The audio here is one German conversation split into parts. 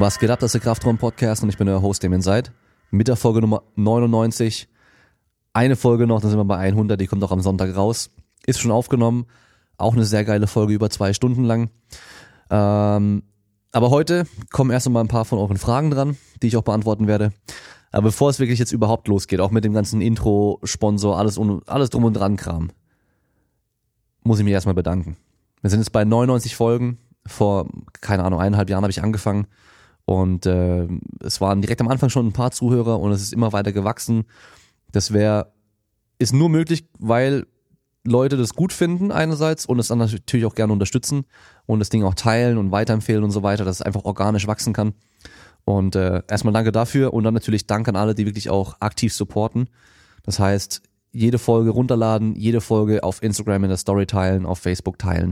Was geht ab, das ist der Kraftraum-Podcast und ich bin euer Host, Damien Seid. Mit der Folge Nummer 99. Eine Folge noch, dann sind wir bei 100, die kommt auch am Sonntag raus. Ist schon aufgenommen, auch eine sehr geile Folge, über 2 Stunden lang. Aber heute kommen erst einmal ein paar von euren Fragen dran, die ich auch beantworten werde. Aber bevor es wirklich jetzt überhaupt losgeht, auch mit dem ganzen Intro, Sponsor, alles drum und dran Kram, muss ich mich erstmal bedanken. Wir sind jetzt bei 99 Folgen, vor, keine Ahnung, 1,5 Jahren habe ich angefangen. Und es waren direkt am Anfang schon ein paar Zuhörer und es ist immer weiter gewachsen. Das ist nur möglich, weil Leute das gut finden einerseits und es dann natürlich auch gerne unterstützen und das Ding auch teilen und weiterempfehlen und so weiter, dass es einfach organisch wachsen kann. Und erstmal danke dafür und dann natürlich Dank an alle, die wirklich auch aktiv supporten. Das heißt, jede Folge runterladen, jede Folge auf Instagram in der Story teilen, auf Facebook teilen,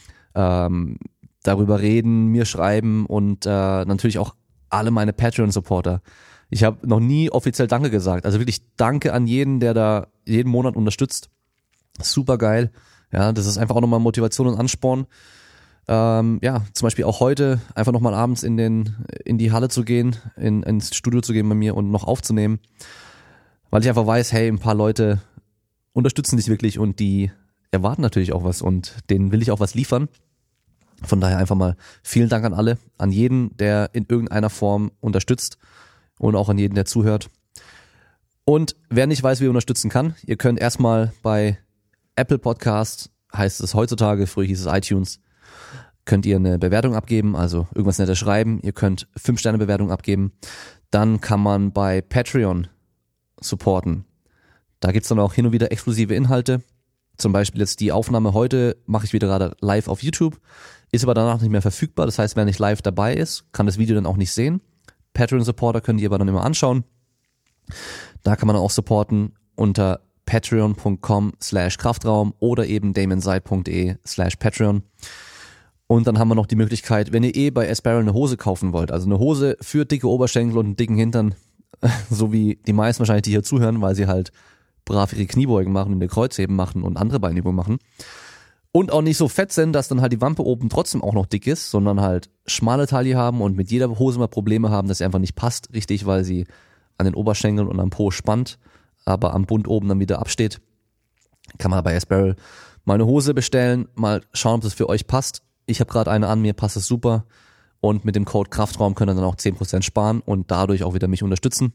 darüber reden, mir schreiben und natürlich auch alle meine Patreon-Supporter. Ich habe noch nie offiziell Danke gesagt. Also wirklich Danke an jeden, der da jeden Monat unterstützt. Super geil. Ja, das ist einfach auch nochmal Motivation und Ansporn. Zum Beispiel auch heute einfach nochmal abends in die Halle zu gehen, ins Studio zu gehen bei mir und noch aufzunehmen. Weil ich einfach weiß, hey, ein paar Leute unterstützen dich wirklich und die erwarten natürlich auch was und denen will ich auch was liefern. Von daher einfach mal vielen Dank an alle, an jeden, der in irgendeiner Form unterstützt und auch an jeden, der zuhört. Und wer nicht weiß, wie ihr unterstützen kann, ihr könnt erstmal bei Apple Podcasts, heißt es heutzutage, früher hieß es iTunes, könnt ihr eine Bewertung abgeben, also irgendwas Nettes schreiben. Ihr könnt 5-Sterne-Bewertung abgeben. Dann kann man bei Patreon supporten. Da gibt's dann auch hin und wieder exklusive Inhalte. Zum Beispiel jetzt die Aufnahme heute mache ich wieder gerade live auf YouTube, ist aber danach nicht mehr verfügbar. Das heißt, wer nicht live dabei ist, kann das Video dann auch nicht sehen. Patreon-Supporter können die aber dann immer anschauen. Da kann man auch supporten unter patreon.com/Kraftraum oder eben damienseid.de/Patreon. Und dann haben wir noch die Möglichkeit, wenn ihr bei Asparrel eine Hose kaufen wollt, also eine Hose für dicke Oberschenkel und einen dicken Hintern, so wie die meisten wahrscheinlich, die hier zuhören, weil sie halt brav ihre Kniebeugen machen und ihr Kreuzheben machen und andere Beinübungen machen und auch nicht so fett sind, dass dann halt die Wampe oben trotzdem auch noch dick ist, sondern halt schmale Taille haben und mit jeder Hose mal Probleme haben, dass sie einfach nicht passt richtig, weil sie an den Oberschenkeln und am Po spannt, aber am Bund oben dann wieder absteht, kann man bei Asparrel mal eine Hose bestellen, mal schauen, ob das für euch passt. Ich habe gerade eine an, mir passt es super und mit dem Code Kraftraum könnt ihr dann auch 10% sparen und dadurch auch wieder mich unterstützen.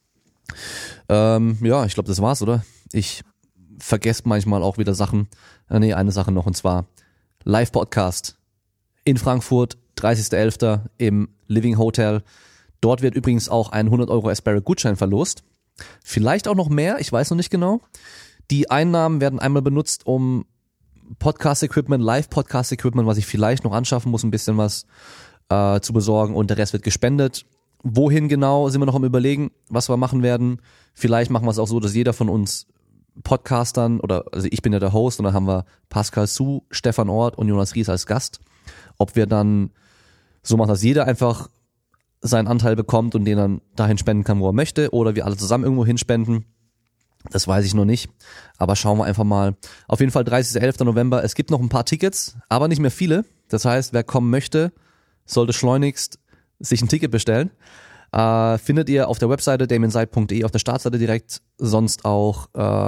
Ich glaube, das war's, oder? Ich vergesse manchmal auch wieder Sachen. Eine Sache noch, und zwar Live-Podcast in Frankfurt, 30.11. im Living Hotel. Dort wird übrigens auch ein 100 € Asparrel-Gutschein verlost. Vielleicht auch noch mehr, ich weiß noch nicht genau. Die Einnahmen werden einmal benutzt, um Podcast-Equipment, Live-Podcast-Equipment, was ich vielleicht noch anschaffen muss, ein bisschen was zu besorgen und der Rest wird gespendet. Wohin genau, sind wir noch am Überlegen, was wir machen werden. Vielleicht machen wir es auch so, dass jeder von uns Podcastern, also ich bin ja der Host und dann haben wir Pascal Su, Stefan Ort und Jonas Ries als Gast. Ob wir dann so machen, dass jeder einfach seinen Anteil bekommt und den dann dahin spenden kann, wo er möchte, oder wir alle zusammen irgendwo hinspenden. Das weiß ich noch nicht, aber schauen wir einfach mal. Auf jeden Fall 30.11. November. Es gibt noch ein paar Tickets, aber nicht mehr viele. Das heißt, wer kommen möchte, sollte schleunigst sich ein Ticket bestellen. Findet ihr auf der Webseite damienseid.de auf der Startseite direkt, sonst auch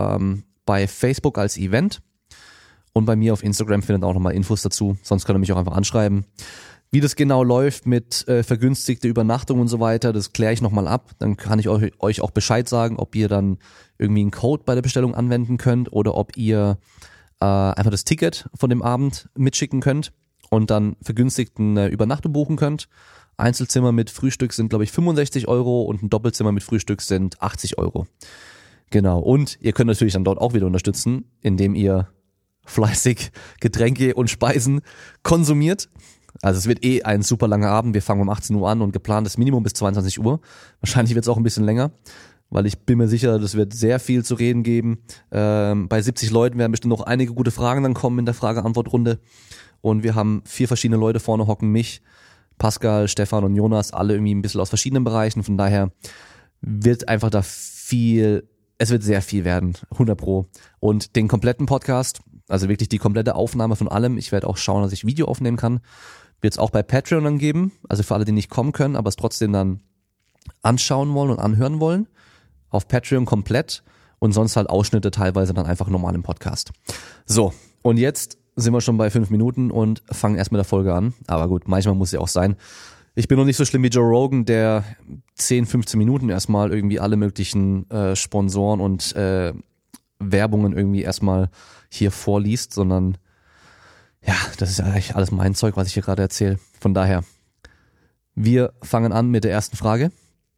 bei Facebook als Event und bei mir auf Instagram findet ihr auch nochmal Infos dazu, sonst könnt ihr mich auch einfach anschreiben. Wie das genau läuft mit vergünstigte Übernachtung und so weiter, das kläre ich nochmal ab, dann kann ich euch auch Bescheid sagen, ob ihr dann irgendwie einen Code bei der Bestellung anwenden könnt oder ob ihr einfach das Ticket von dem Abend mitschicken könnt und dann vergünstigten Übernachtung buchen könnt. Einzelzimmer mit Frühstück sind, glaube ich, 65 € und ein Doppelzimmer mit Frühstück sind 80 €. Genau. Und ihr könnt natürlich dann dort auch wieder unterstützen, indem ihr fleißig Getränke und Speisen konsumiert. Also es wird ein super langer Abend. Wir fangen um 18 Uhr an und geplantes Minimum bis 22 Uhr. Wahrscheinlich wird es auch ein bisschen länger, weil ich bin mir sicher, das wird sehr viel zu reden geben. Bei 70 Leuten werden bestimmt noch einige gute Fragen dann kommen in der Frage-Antwort-Runde. Und wir haben 4 verschiedene Leute vorne hocken, mich, Pascal, Stefan und Jonas, alle irgendwie ein bisschen aus verschiedenen Bereichen. Von daher wird einfach es wird sehr viel werden, 100%. Und den kompletten Podcast, also wirklich die komplette Aufnahme von allem, ich werde auch schauen, dass ich Video aufnehmen kann, wird es auch bei Patreon dann geben, also für alle, die nicht kommen können, aber es trotzdem dann anschauen wollen und anhören wollen. Auf Patreon komplett und sonst halt Ausschnitte teilweise dann einfach normal im Podcast. So, und jetzt sind wir schon bei 5 Minuten und fangen erst mit der Folge an. Aber gut, manchmal muss es ja auch sein. Ich bin noch nicht so schlimm wie Joe Rogan, der 10, 15 Minuten erstmal irgendwie alle möglichen Sponsoren und Werbungen irgendwie erstmal hier vorliest, sondern ja, das ist ja eigentlich alles mein Zeug, was ich hier gerade erzähle. Von daher, wir fangen an mit der ersten Frage.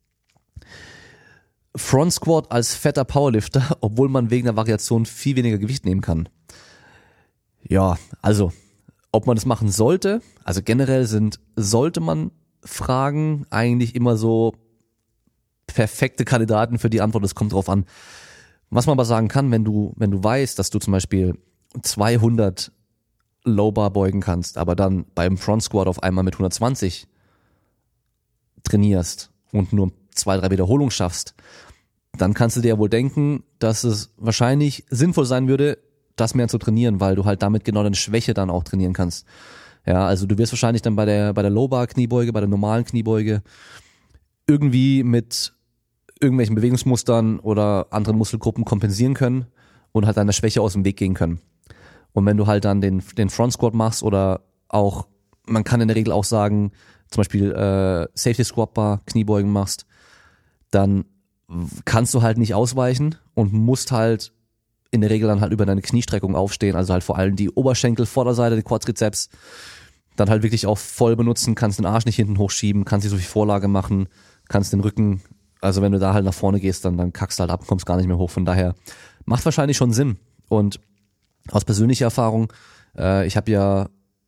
Front Squat als fetter Powerlifter, obwohl man wegen der Variation viel weniger Gewicht nehmen kann. Ja, also, ob man das machen sollte, also generell sollte man Fragen eigentlich immer so perfekte Kandidaten für die Antwort, es kommt drauf an. Was man aber sagen kann, wenn du weißt, dass du zum Beispiel 200 Low Bar beugen kannst, aber dann beim Front Squat auf einmal mit 120 trainierst und nur 2-3 Wiederholungen schaffst, dann kannst du dir ja wohl denken, dass es wahrscheinlich sinnvoll sein würde, das mehr zu trainieren, weil du halt damit genau deine Schwäche dann auch trainieren kannst. Ja, also du wirst wahrscheinlich dann bei der Low Bar Kniebeuge, bei der normalen Kniebeuge irgendwie mit irgendwelchen Bewegungsmustern oder anderen Muskelgruppen kompensieren können und halt deiner Schwäche aus dem Weg gehen können. Und wenn du halt dann den Front Squat machst oder auch, man kann in der Regel auch sagen, zum Beispiel Safety Squat Bar Kniebeugen machst, dann kannst du halt nicht ausweichen und musst halt in der Regel dann halt über deine Kniestreckung aufstehen, also halt vor allem die Oberschenkel, Vorderseite, die Quadrizeps, dann halt wirklich auch voll benutzen, kannst den Arsch nicht hinten hochschieben, kannst nicht so viel Vorlage machen, kannst den Rücken, also wenn du da halt nach vorne gehst, dann kackst du halt ab und kommst gar nicht mehr hoch, von daher macht wahrscheinlich schon Sinn. Und aus persönlicher Erfahrung, ich habe ja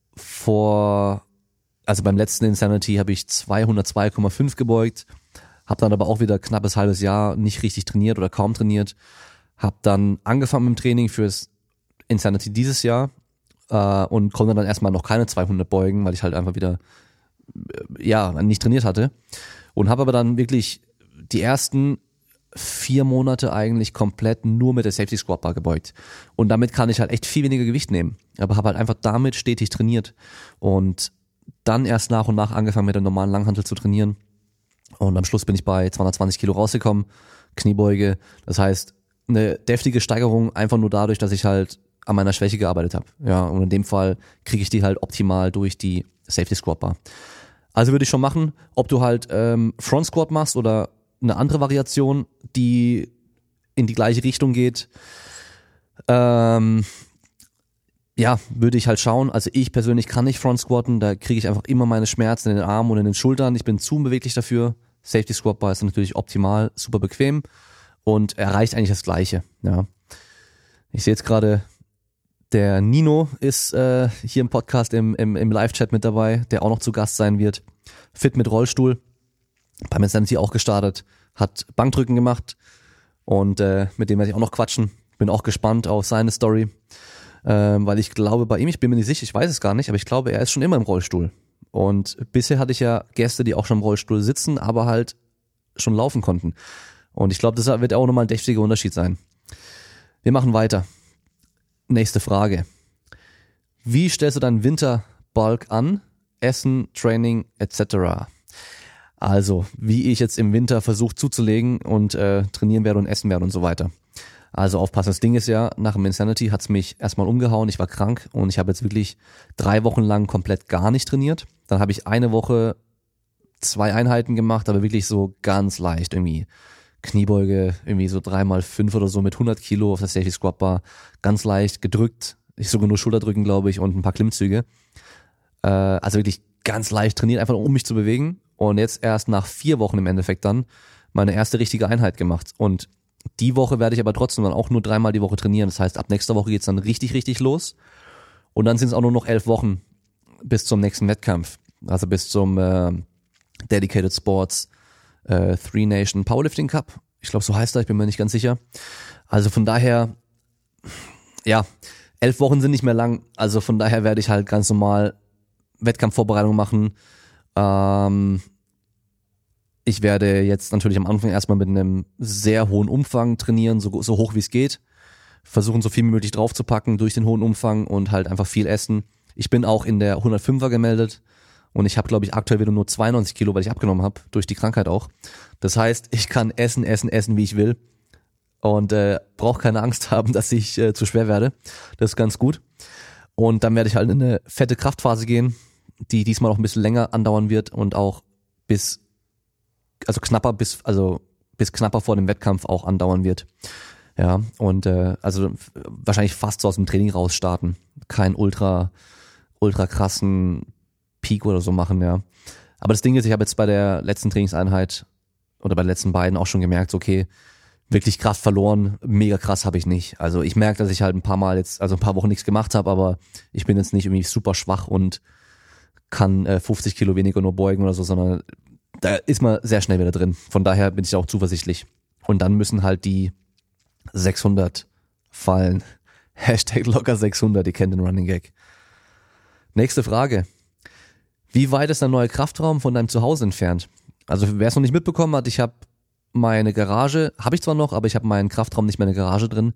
also beim letzten Insanity habe ich 202,5 gebeugt, habe dann aber auch wieder knappes halbes Jahr nicht richtig trainiert oder kaum trainiert, habe dann angefangen mit dem Training fürs Insanity dieses Jahr und konnte dann erstmal noch keine 200 beugen, weil ich halt einfach wieder nicht trainiert hatte und habe aber dann wirklich die ersten 4 Monate eigentlich komplett nur mit der Safety Squat Bar gebeugt. Und damit kann ich halt echt viel weniger Gewicht nehmen. Aber habe halt einfach damit stetig trainiert. Und dann erst nach und nach angefangen mit der normalen Langhantel zu trainieren. Und am Schluss bin ich bei 220 Kilo rausgekommen, Kniebeuge. Das heißt, eine deftige Steigerung einfach nur dadurch, dass ich halt an meiner Schwäche gearbeitet habe. Ja, und in dem Fall kriege ich die halt optimal durch die Safety Squat Bar. Also würde ich schon machen, ob du halt Front Squat machst oder eine andere Variation, die in die gleiche Richtung geht, würde ich halt schauen. Also ich persönlich kann nicht Front Squatten, da kriege ich einfach immer meine Schmerzen in den Armen und in den Schultern. Ich bin zu unbeweglich dafür. Safety Squat Bar ist natürlich optimal, super bequem und erreicht eigentlich das Gleiche. Ja. Ich sehe jetzt gerade, der Nino ist hier im Podcast im Live-Chat mit dabei, der auch noch zu Gast sein wird. Fit mit Rollstuhl. Beim Insanity auch gestartet, hat Bankdrücken gemacht und mit dem werde ich auch noch quatschen. Bin auch gespannt auf seine Story, weil ich glaube bei ihm, ich bin mir nicht sicher, ich weiß es gar nicht, aber ich glaube, er ist schon immer im Rollstuhl. Und bisher hatte ich ja Gäste, die auch schon im Rollstuhl sitzen, aber halt schon laufen konnten. Und ich glaube, das wird auch nochmal ein deftiger Unterschied sein. Wir machen weiter. Nächste Frage. Wie stellst du deinen Winterbulk an? Essen, Training etc.? Also, wie ich jetzt im Winter versuche zuzulegen und trainieren werde und essen werde und so weiter. Also aufpassen, das Ding ist ja, nach dem Insanity hat's mich erstmal umgehauen, ich war krank und ich habe jetzt wirklich 3 Wochen lang komplett gar nicht trainiert. Dann habe ich eine Woche 2 Einheiten gemacht, aber wirklich so ganz leicht, irgendwie Kniebeuge, irgendwie so 3x5 oder so mit 100 Kilo auf der Safety Squat Bar, ganz leicht gedrückt, ich sogar nur Schulterdrücken, glaube ich, und ein paar Klimmzüge. Also wirklich ganz leicht trainiert, einfach um mich zu bewegen. Und jetzt erst nach 4 Wochen im Endeffekt dann meine erste richtige Einheit gemacht. Und die Woche werde ich aber trotzdem dann auch nur 3-mal die Woche trainieren. Das heißt, ab nächster Woche geht's dann richtig, richtig los. Und dann sind es auch nur noch 11 Wochen bis zum nächsten Wettkampf. Also bis zum Dedicated Sports 3 Nation Powerlifting Cup. Ich glaube, so heißt er, ich bin mir nicht ganz sicher. Also von daher, ja, 11 Wochen sind nicht mehr lang. Also von daher werde ich halt ganz normal Wettkampfvorbereitung machen. Ich werde jetzt natürlich am Anfang erstmal mit einem sehr hohen Umfang trainieren, so hoch wie es geht. Versuchen so viel wie möglich draufzupacken durch den hohen Umfang und halt einfach viel essen. Ich bin auch in der 105er gemeldet. Und ich habe, glaube ich, aktuell wieder nur 92 Kilo, weil ich abgenommen habe, durch die Krankheit auch. Das heißt, ich kann essen, wie ich will. Und brauche keine Angst haben, dass ich zu schwer werde. Das ist ganz gut. Und dann werde ich halt in eine fette Kraftphase gehen, die diesmal auch ein bisschen länger andauern wird und auch bis knapper vor dem Wettkampf auch andauern wird. Ja, und also wahrscheinlich fast so aus dem Training raus starten. Kein ultra krassen Peak oder so machen, ja. Aber das Ding ist, ich habe jetzt bei der letzten Trainingseinheit oder bei den letzten beiden auch schon gemerkt, so, okay, wirklich Kraft verloren, mega krass habe ich nicht. Also ich merke, dass ich halt ein paar Wochen nichts gemacht habe, aber ich bin jetzt nicht irgendwie super schwach und kann 50 Kilo weniger nur beugen oder so, sondern da ist man sehr schnell wieder drin. Von daher bin ich auch zuversichtlich. Und dann müssen halt die 600 fallen. #locker 600, ihr kennt den Running Gag. Nächste Frage. Wie weit ist dein neuer Kraftraum von deinem Zuhause entfernt? Also wer es noch nicht mitbekommen hat, ich habe meine Garage, habe ich zwar noch, aber ich habe meinen Kraftraum nicht mehr in der Garage drin.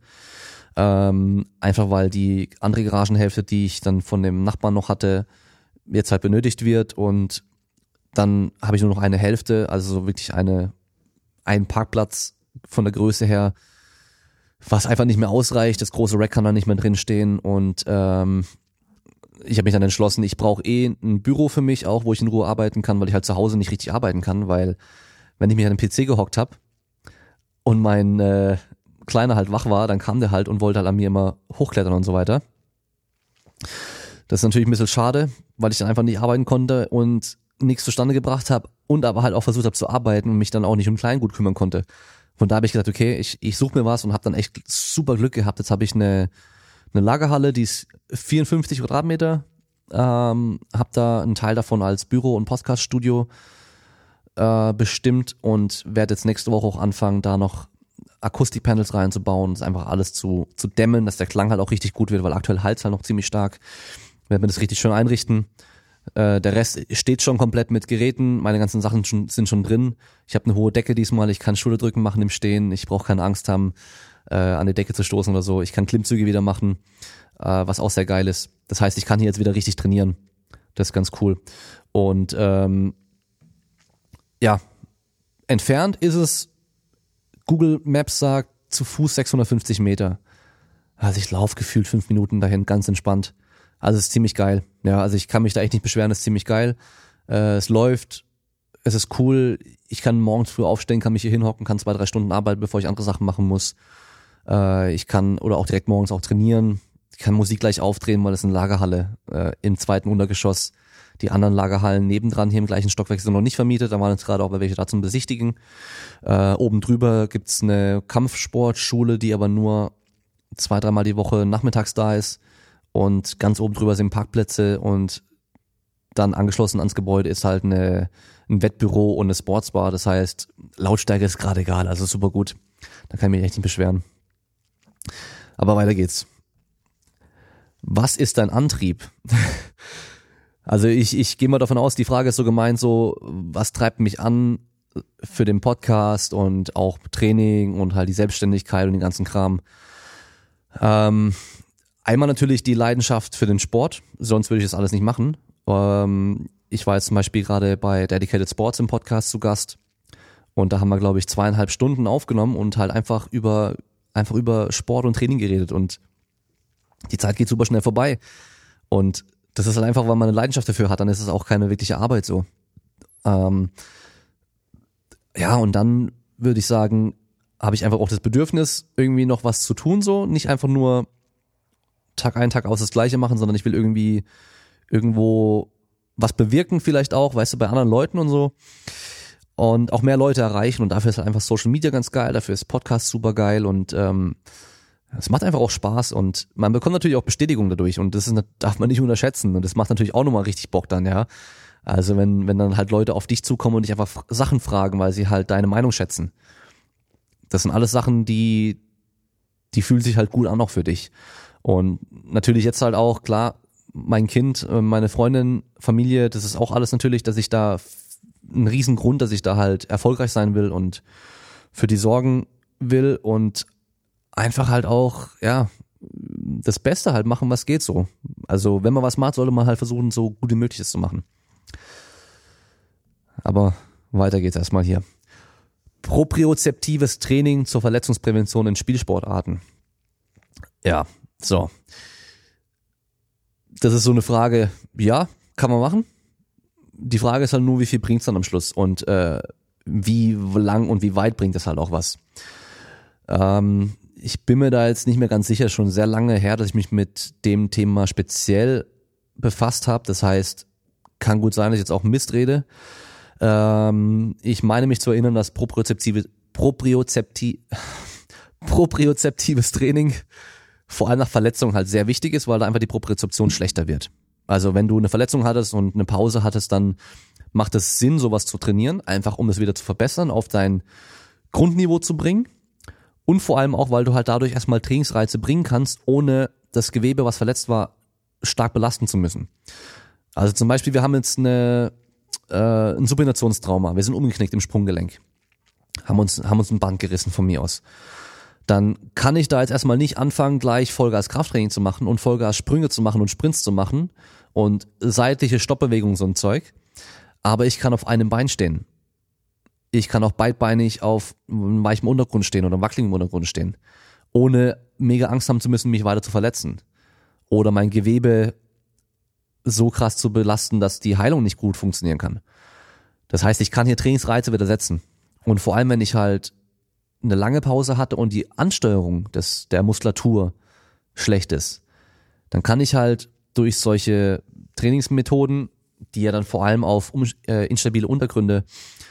Einfach weil die andere Garagenhälfte, die ich dann von dem Nachbarn noch hatte, jetzt halt benötigt wird und dann habe ich nur noch eine Hälfte, also so wirklich einen Parkplatz von der Größe her, was einfach nicht mehr ausreicht. Das große Rack kann da nicht mehr drin stehen und ich habe mich dann entschlossen, ich brauche ein Büro für mich auch, wo ich in Ruhe arbeiten kann, weil ich halt zu Hause nicht richtig arbeiten kann, weil wenn ich mich an den PC gehockt habe und mein Kleiner halt wach war, dann kam der halt und wollte halt an mir immer hochklettern und so weiter. Das ist natürlich ein bisschen schade, weil ich dann einfach nicht arbeiten konnte und nichts zustande gebracht habe und aber halt auch versucht habe zu arbeiten und mich dann auch nicht um Kleingut kümmern konnte. Von da habe ich gesagt, okay, ich suche mir was und habe dann echt super Glück gehabt. Jetzt habe ich eine Lagerhalle, die ist 54 Quadratmeter, habe da einen Teil davon als Büro- und Podcaststudio bestimmt und werde jetzt nächste Woche auch anfangen, da noch Akustikpanels reinzubauen, das einfach alles zu dämmen, dass der Klang halt auch richtig gut wird, weil aktuell halt's halt noch ziemlich stark. Werde mir das richtig schön einrichten. Der Rest steht schon komplett mit Geräten, meine ganzen Sachen sind schon drin. Ich habe eine hohe Decke diesmal, ich kann Schulterdrücken machen im Stehen, ich brauche keine Angst haben, an die Decke zu stoßen oder so. Ich kann Klimmzüge wieder machen, was auch sehr geil ist. Das heißt, ich kann hier jetzt wieder richtig trainieren. Das ist ganz cool. Und ja, entfernt ist es, Google Maps sagt, zu Fuß 650 Meter. Also ich laufe gefühlt 5 Minuten dahin, ganz entspannt. Also es ist ziemlich geil. Ja, also ich kann mich da echt nicht beschweren, es ist ziemlich geil. Es läuft, es ist cool. Ich kann morgens früh aufstehen, kann mich hier hinhocken, kann 2-3 Stunden arbeiten, bevor ich andere Sachen machen muss. Ich kann oder auch direkt morgens auch trainieren. Ich kann Musik gleich aufdrehen, weil es eine Lagerhalle im 2. Untergeschoss. Die anderen Lagerhallen nebendran hier im gleichen Stockwerk sind noch nicht vermietet. Da waren jetzt gerade auch welche da zum Besichtigen. Oben drüber gibt's eine Kampfsportschule, die aber nur 2-3 Mal die Woche nachmittags da ist. Und ganz oben drüber sind Parkplätze und dann angeschlossen ans Gebäude ist halt ein Wettbüro und eine Sportsbar. Das heißt, Lautstärke ist gerade egal, also super gut. Da kann ich mich echt nicht beschweren. Aber weiter geht's. Was ist dein Antrieb? Also ich gehe mal davon aus, die Frage ist so gemeint, so was treibt mich an für den Podcast und auch Training und halt die Selbstständigkeit und den ganzen Kram. Einmal natürlich die Leidenschaft für den Sport, sonst würde ich das alles nicht machen. Ich war jetzt zum Beispiel gerade bei Dedicated Sports im Podcast zu Gast und da haben wir, glaube ich, 2,5 Stunden aufgenommen und halt einfach über Sport und Training geredet und die Zeit geht super schnell vorbei und das ist halt einfach, weil man eine Leidenschaft dafür hat, dann ist es auch keine wirkliche Arbeit so. Ja, und dann würde ich sagen, habe ich einfach auch das Bedürfnis, irgendwie noch was zu tun so, nicht einfach nur Tag ein, Tag aus das Gleiche machen, sondern ich will irgendwie irgendwo was bewirken vielleicht auch, weißt du, bei anderen Leuten und so und auch mehr Leute erreichen und dafür ist halt einfach Social Media ganz geil, dafür ist Podcast super geil und es macht einfach auch Spaß und man bekommt natürlich auch Bestätigung dadurch und das darf man nicht unterschätzen und das macht natürlich auch nochmal richtig Bock dann, ja. Also wenn dann halt Leute auf dich zukommen und dich einfach Sachen fragen, weil sie halt deine Meinung schätzen. Das sind alles Sachen, die fühlen sich halt gut an auch für dich. Und natürlich jetzt halt auch, klar, mein Kind, meine Freundin, Familie, das ist auch alles natürlich, dass ich da ein Riesengrund, dass ich da halt erfolgreich sein will und für die sorgen will und einfach halt auch, ja, das Beste halt machen, was geht so. Also wenn man was macht, sollte man halt versuchen, so gut wie möglich das zu machen. Aber weiter geht's erstmal hier. Propriozeptives Training zur Verletzungsprävention in Spielsportarten. Ja, so. Das ist so eine Frage, ja, kann man machen. Die Frage ist halt nur, wie viel bringt's dann am Schluss und wie lang und wie weit bringt es halt auch was. Ich bin mir da jetzt nicht mehr ganz sicher, schon sehr lange her, dass ich mich mit dem Thema speziell befasst habe. Das heißt, kann gut sein, dass ich jetzt auch Mist rede. Ich meine mich zu erinnern, dass propriozeptives Training vor allem nach Verletzungen halt sehr wichtig ist, weil da einfach die Propriozeption schlechter wird. Also wenn du eine Verletzung hattest und eine Pause hattest, dann macht es Sinn, sowas zu trainieren, einfach um es wieder zu verbessern, auf dein Grundniveau zu bringen. Und vor allem auch, weil du halt dadurch erstmal Trainingsreize bringen kannst, ohne das Gewebe, was verletzt war, stark belasten zu müssen. Also zum Beispiel, wir haben jetzt ein Supinationstrauma, wir sind umgeknickt im Sprunggelenk, haben uns ein Band gerissen von mir aus. Dann kann ich da jetzt erstmal nicht anfangen, gleich Vollgas Krafttraining zu machen und Vollgas Sprünge zu machen und Sprints zu machen und seitliche Stoppbewegungen, so ein Zeug. Aber ich kann auf einem Bein stehen. Ich kann auch beidbeinig auf einem weichen Untergrund stehen oder einem wackeligen Untergrund stehen, ohne mega Angst haben zu müssen, mich weiter zu verletzen. Oder mein Gewebe so krass zu belasten, dass die Heilung nicht gut funktionieren kann. Das heißt, ich kann hier Trainingsreize wieder setzen. Und vor allem, wenn ich halt eine lange Pause hatte und die Ansteuerung der Muskulatur schlecht ist, dann kann ich halt durch solche Trainingsmethoden, die ja dann vor allem auf instabile Untergründe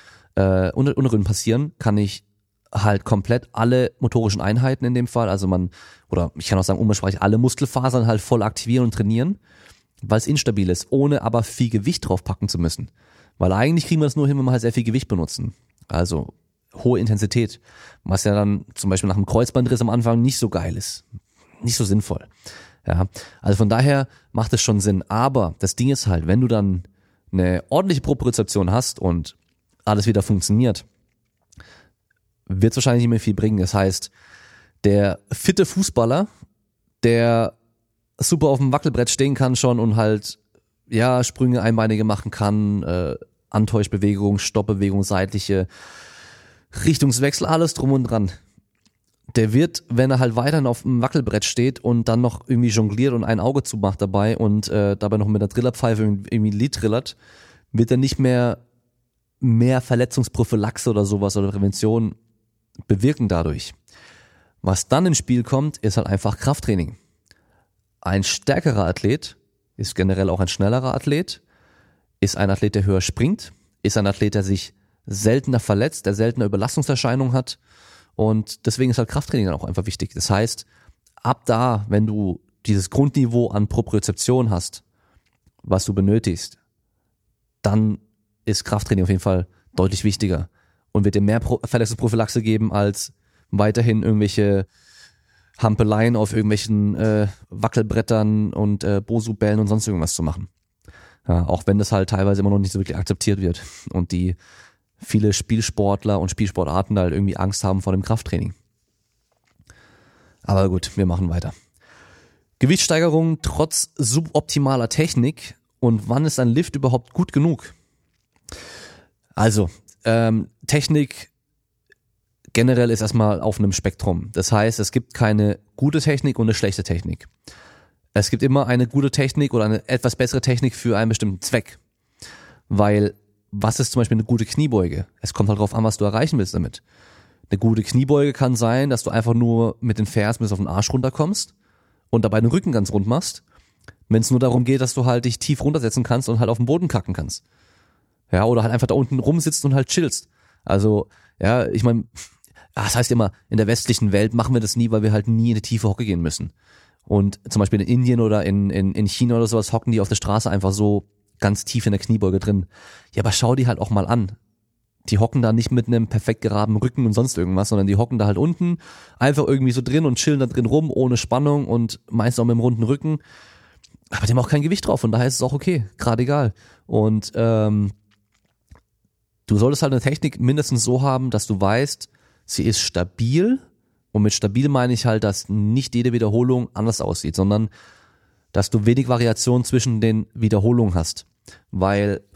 passieren, kann ich halt komplett alle motorischen Einheiten in dem Fall, ich kann auch sagen umgangssprachlich, alle Muskelfasern halt voll aktivieren und trainieren, weil es instabil ist, ohne aber viel Gewicht draufpacken zu müssen. Weil eigentlich kriegen wir das nur hin, wenn wir halt sehr viel Gewicht benutzen. Also hohe Intensität, was ja dann zum Beispiel nach einem Kreuzbandriss am Anfang nicht so geil ist, nicht so sinnvoll. Ja, also von daher macht es schon Sinn. Aber das Ding ist halt, wenn du dann eine ordentliche Propriozeption hast und alles wieder funktioniert, wird es wahrscheinlich nicht mehr viel bringen. Das heißt, der fitte Fußballer, der super auf dem Wackelbrett stehen kann schon und halt ja Sprünge, Einbeinige machen kann, Antäuschbewegung, Stoppbewegung, seitliche Richtungswechsel, alles drum und dran. Der wird, wenn er halt weiterhin auf dem Wackelbrett steht und dann noch irgendwie jongliert und ein Auge zumacht dabei und dabei noch mit der Trillerpfeife irgendwie ein Lied trillert, wird er nicht mehr Verletzungsprophylaxe oder sowas oder Prävention bewirken dadurch. Was dann ins Spiel kommt, ist halt einfach Krafttraining. Ein stärkerer Athlet ist generell auch ein schnellerer Athlet, ist ein Athlet, der höher springt, ist ein Athlet, der sich seltener verletzt, der seltener Überlastungserscheinungen hat und deswegen ist halt Krafttraining dann auch einfach wichtig. Das heißt, ab da, wenn du dieses Grundniveau an Propriozeption hast, was du benötigst, dann ist Krafttraining auf jeden Fall deutlich wichtiger und wird dir mehr Verletzungsprophylaxe geben, als weiterhin irgendwelche Hampeleien auf irgendwelchen Wackelbrettern und Bosu-Bällen und sonst irgendwas zu machen. Ja, auch wenn das halt teilweise immer noch nicht so wirklich akzeptiert wird und die viele Spielsportler und Spielsportarten da halt irgendwie Angst haben vor dem Krafttraining. Aber gut, wir machen weiter. Gewichtssteigerung trotz suboptimaler Technik und wann ist ein Lift überhaupt gut genug? Also, Technik generell ist erstmal auf einem Spektrum. Das heißt, es gibt keine gute Technik und eine schlechte Technik. Es gibt immer eine gute Technik oder eine etwas bessere Technik für einen bestimmten Zweck. Weil, was ist zum Beispiel eine gute Kniebeuge? Es kommt halt drauf an, was du erreichen willst damit. Eine gute Kniebeuge kann sein, dass du einfach nur mit den Fersen bis auf den Arsch runterkommst und dabei den Rücken ganz rund machst. Wenn es nur darum geht, dass du halt dich tief runtersetzen kannst und halt auf den Boden kacken kannst. Ja, oder halt einfach da unten rumsitzt und halt chillst. Also, ja, ich meine, das heißt immer, in der westlichen Welt machen wir das nie, weil wir halt nie in eine tiefe Hocke gehen müssen. Und zum Beispiel in Indien oder in China oder sowas hocken die auf der Straße einfach so ganz tief in der Kniebeuge drin. Ja, aber schau die halt auch mal an. Die hocken da nicht mit einem perfekt geradenen Rücken und sonst irgendwas, sondern die hocken da halt unten einfach irgendwie so drin und chillen da drin rum, ohne Spannung und meist auch mit dem runden Rücken. Aber die haben auch kein Gewicht drauf und daher ist es auch okay, gerade egal. Und du solltest halt eine Technik mindestens so haben, dass du weißt, sie ist stabil. Und mit stabil meine ich halt, dass nicht jede Wiederholung anders aussieht, sondern dass du wenig Variation zwischen den Wiederholungen hast. Weil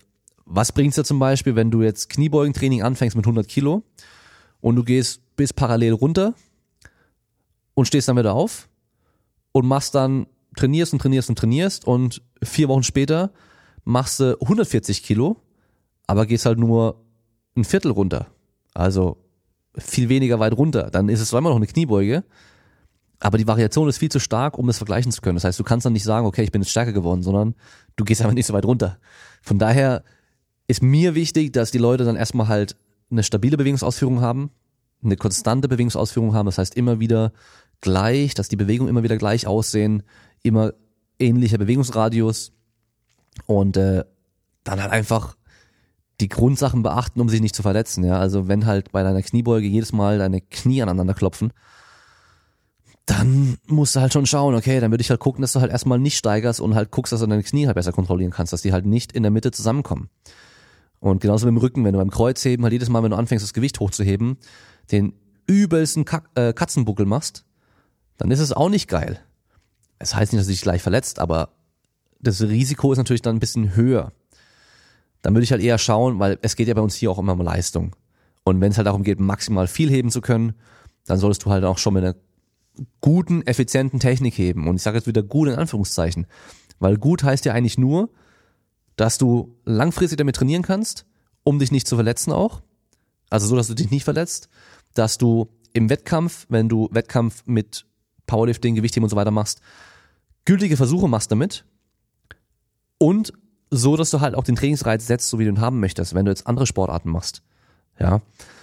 was bringt's dir zum Beispiel, wenn du jetzt Kniebeugentraining anfängst mit 100 Kilo und du gehst bis parallel runter und stehst dann wieder auf und machst dann, trainierst und 4 Wochen später machst du 140 Kilo, aber gehst halt nur ein Viertel runter. Also viel weniger weit runter. Dann ist es zwar immer noch eine Kniebeuge, aber die Variation ist viel zu stark, um das vergleichen zu können. Das heißt, du kannst dann nicht sagen, okay, ich bin jetzt stärker geworden, sondern du gehst einfach nicht so weit runter. Von daher ist mir wichtig, dass die Leute dann erstmal halt eine stabile Bewegungsausführung haben, eine konstante Bewegungsausführung haben. Das heißt, immer wieder gleich, dass die Bewegungen immer wieder gleich aussehen, immer ähnlicher Bewegungsradius und dann halt einfach die Grundsachen beachten, um sich nicht zu verletzen. Ja, also wenn halt bei deiner Kniebeuge jedes Mal deine Knie aneinander klopfen, dann musst du halt schon schauen, okay, dann würde ich halt gucken, dass du halt erstmal nicht steigerst und halt guckst, dass du deine Knie halt besser kontrollieren kannst, dass die halt nicht in der Mitte zusammenkommen. Und genauso mit dem Rücken, wenn du beim Kreuzheben halt jedes Mal, wenn du anfängst, das Gewicht hochzuheben, den übelsten Katzenbuckel machst, dann ist es auch nicht geil. Es heißt nicht, dass du dich gleich verletzt, aber das Risiko ist natürlich dann ein bisschen höher. Dann würde ich halt eher schauen, weil es geht ja bei uns hier auch immer um Leistung. Und wenn es halt darum geht, maximal viel heben zu können, dann solltest du halt auch schon mit einer guten, effizienten Technik heben. Und ich sage jetzt wieder gut in Anführungszeichen, weil gut heißt ja eigentlich nur, dass du langfristig damit trainieren kannst, um dich nicht zu verletzen auch. Also so, dass du dich nicht verletzt, dass du im Wettkampf, wenn du Wettkampf mit Powerlifting, Gewichtheben und so weiter machst, gültige Versuche machst damit und so, dass du halt auch den Trainingsreiz setzt, so wie du ihn haben möchtest, wenn du jetzt andere Sportarten machst. Ja.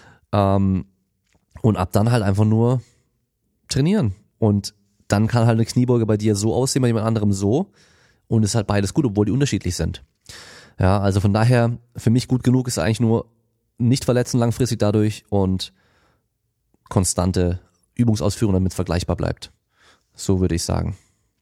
Und ab dann halt einfach nur trainieren. Und dann kann halt eine Kniebeuge bei dir so aussehen, bei jemand anderem so. Und es ist halt beides gut, obwohl die unterschiedlich sind. Ja, also von daher, für mich gut genug ist eigentlich nur nicht verletzen langfristig dadurch und konstante Übungsausführung, damit es vergleichbar bleibt. So würde ich sagen.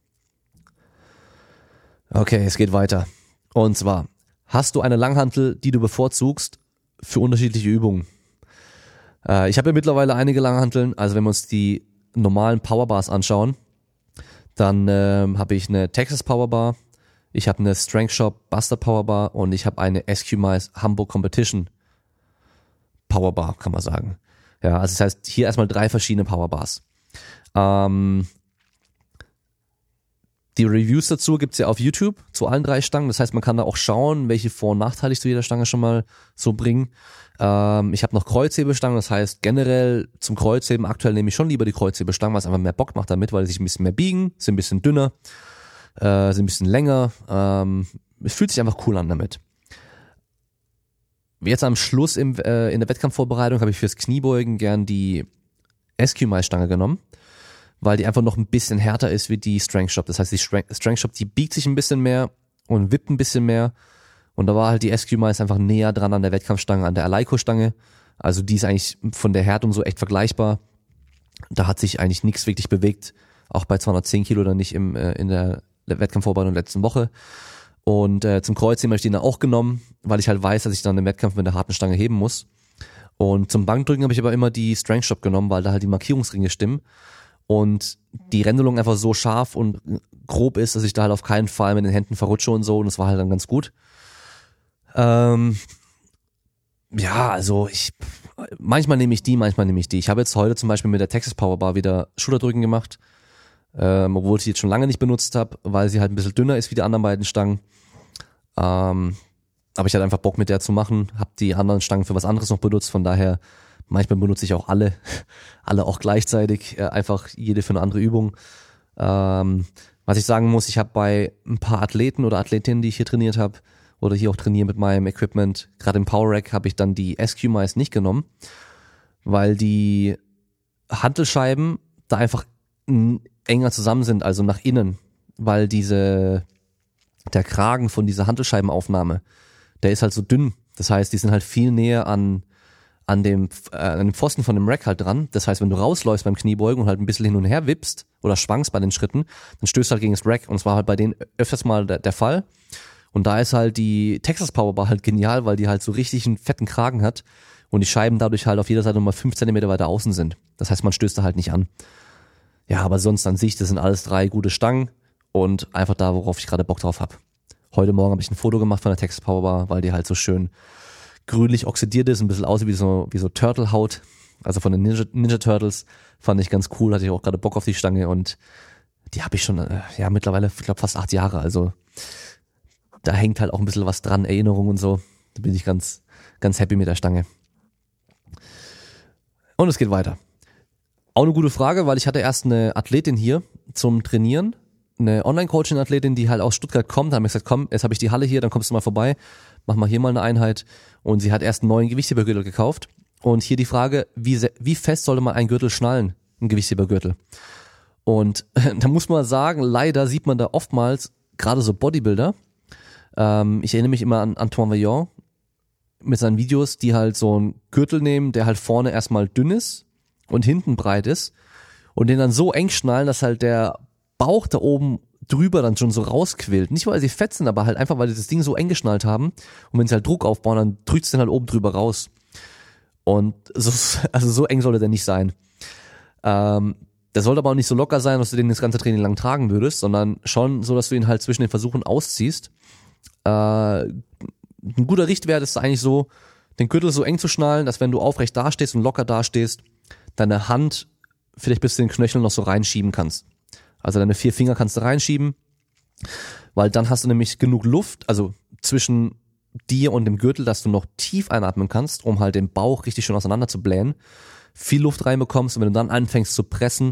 Okay, es geht weiter. Und zwar, hast du eine Langhantel, die du bevorzugst für unterschiedliche Übungen? Ich habe ja mittlerweile einige Langhanteln, also wenn wir uns die normalen Powerbars anschauen, dann habe ich eine Texas Powerbar, ich habe eine Strength Shop Buster Powerbar und ich habe eine SQ-Mize Hamburg Competition Powerbar, kann man sagen. Ja, also das heißt, hier erstmal 3 verschiedene Powerbars. Die Reviews dazu gibt's ja auf YouTube zu allen 3 Stangen. Das heißt, man kann da auch schauen, welche Vor- und Nachteile ich zu jeder Stange schon mal so bringen. Ich habe noch Kreuzhebestangen, das heißt generell zum Kreuzheben aktuell nehme ich schon lieber die Kreuzhebestangen, weil es einfach mehr Bock macht damit, weil sie sich ein bisschen mehr biegen, sind ein bisschen dünner, sind ein bisschen länger. Es fühlt sich einfach cool an damit. Jetzt am Schluss in der Wettkampfvorbereitung habe ich fürs Kniebeugen gern die SQ-Mize-Stange genommen, weil die einfach noch ein bisschen härter ist wie die Strength Shop. Das heißt, die Strength Shop, die biegt sich ein bisschen mehr und wippt ein bisschen mehr. Und da war halt die SQ-Mize einfach näher dran an der Wettkampfstange, an der Eleiko-Stange. Also die ist eigentlich von der Härtung so echt vergleichbar. Da hat sich eigentlich nichts wirklich bewegt. Auch bei 210 Kilo dann nicht in der Wettkampfvorbereitung der letzten Woche. Und zum Kreuzheben habe ich den dann auch genommen, weil ich halt weiß, dass ich dann im Wettkampf mit der harten Stange heben muss. Und zum Bankdrücken habe ich aber immer die Strength Shop genommen, weil da halt die Markierungsringe stimmen. Und die Rändelung einfach so scharf und grob ist, dass ich da halt auf keinen Fall mit den Händen verrutsche und so. Und das war halt dann ganz gut. Ja, also manchmal nehme ich die, manchmal nehme ich die. Ich habe jetzt heute zum Beispiel mit der Texas Powerbar wieder Schulterdrücken gemacht, obwohl ich die jetzt schon lange nicht benutzt habe, weil sie halt ein bisschen dünner ist wie die anderen beiden Stangen. Aber ich hatte einfach Bock mit der zu machen, habe die anderen Stangen für was anderes noch benutzt, von daher manchmal benutze ich auch alle auch gleichzeitig, einfach jede für eine andere Übung. Was ich sagen muss, ich habe bei ein paar Athleten oder Athletinnen, die ich hier trainiert habe, oder hier auch trainiere mit meinem Equipment, gerade im Power Rack habe ich dann die SQ-Mize nicht genommen, weil die Hantelscheiben da einfach enger zusammen sind, also nach innen, weil der Kragen von dieser Hantelscheibenaufnahme, der ist halt so dünn. Das heißt, die sind halt viel näher an dem Pfosten von dem Rack halt dran. Das heißt, wenn du rausläufst beim Kniebeugen und halt ein bisschen hin und her wippst oder schwankst bei den Schritten, dann stößt du halt gegen das Rack. Und es war halt bei denen öfters mal der Fall. Und da ist halt die Texas Powerbar halt genial, weil die halt so richtig einen fetten Kragen hat und die Scheiben dadurch halt auf jeder Seite nochmal 5 Zentimeter weiter außen sind. Das heißt, man stößt da halt nicht an. Ja, aber sonst an sich, das sind alles 3 gute Stangen und einfach da, worauf ich gerade Bock drauf habe. Heute Morgen habe ich ein Foto gemacht von der Texas Powerbar, weil die halt so schön grünlich oxidiert ist, ein bisschen aussieht wie so Turtle-Haut, also von den Ninja Turtles, fand ich ganz cool, hatte ich auch gerade Bock auf die Stange und die habe ich schon, mittlerweile, ich glaube fast 8 Jahre, also da hängt halt auch ein bisschen was dran, Erinnerung und so, da bin ich ganz, ganz happy mit der Stange. Und es geht weiter. Auch eine gute Frage, weil ich hatte erst eine Athletin hier zum Trainieren, eine Online-Coaching-Athletin, die halt aus Stuttgart kommt, da habe ich gesagt, komm, jetzt habe ich die Halle hier, dann kommst du mal vorbei, mach mal hier mal eine Einheit. Und sie hat erst einen neuen Gewichthebergürtel gekauft. Und hier die Frage, wie fest sollte man einen Gürtel schnallen, einen Gewichthebergürtel? Und da muss man sagen, leider sieht man da oftmals gerade so Bodybuilder. Ich erinnere mich immer an Antoine Vaillant mit seinen Videos, die halt so einen Gürtel nehmen, der halt vorne erstmal dünn ist und hinten breit ist und den dann so eng schnallen, dass halt der Bauch da oben drüber dann schon so rausquillt. Nicht, weil sie fett sind, aber halt einfach, weil sie das Ding so eng geschnallt haben. Und wenn sie halt Druck aufbauen, dann drückt es dann halt oben drüber raus. Und so eng sollte der nicht sein. Der sollte aber auch nicht so locker sein, dass du den das ganze Training lang tragen würdest, sondern schon so, dass du ihn halt zwischen den Versuchen ausziehst. Ein guter Richtwert ist eigentlich so, den Gürtel so eng zu schnallen, dass wenn du aufrecht dastehst und locker dastehst, deine Hand vielleicht bis zu den Knöcheln noch so reinschieben kannst. Also deine 4 Finger kannst du reinschieben, weil dann hast du nämlich genug Luft, also zwischen dir und dem Gürtel, dass du noch tief einatmen kannst, um halt den Bauch richtig schön auseinander zu blähen, viel Luft reinbekommst und wenn du dann anfängst zu pressen,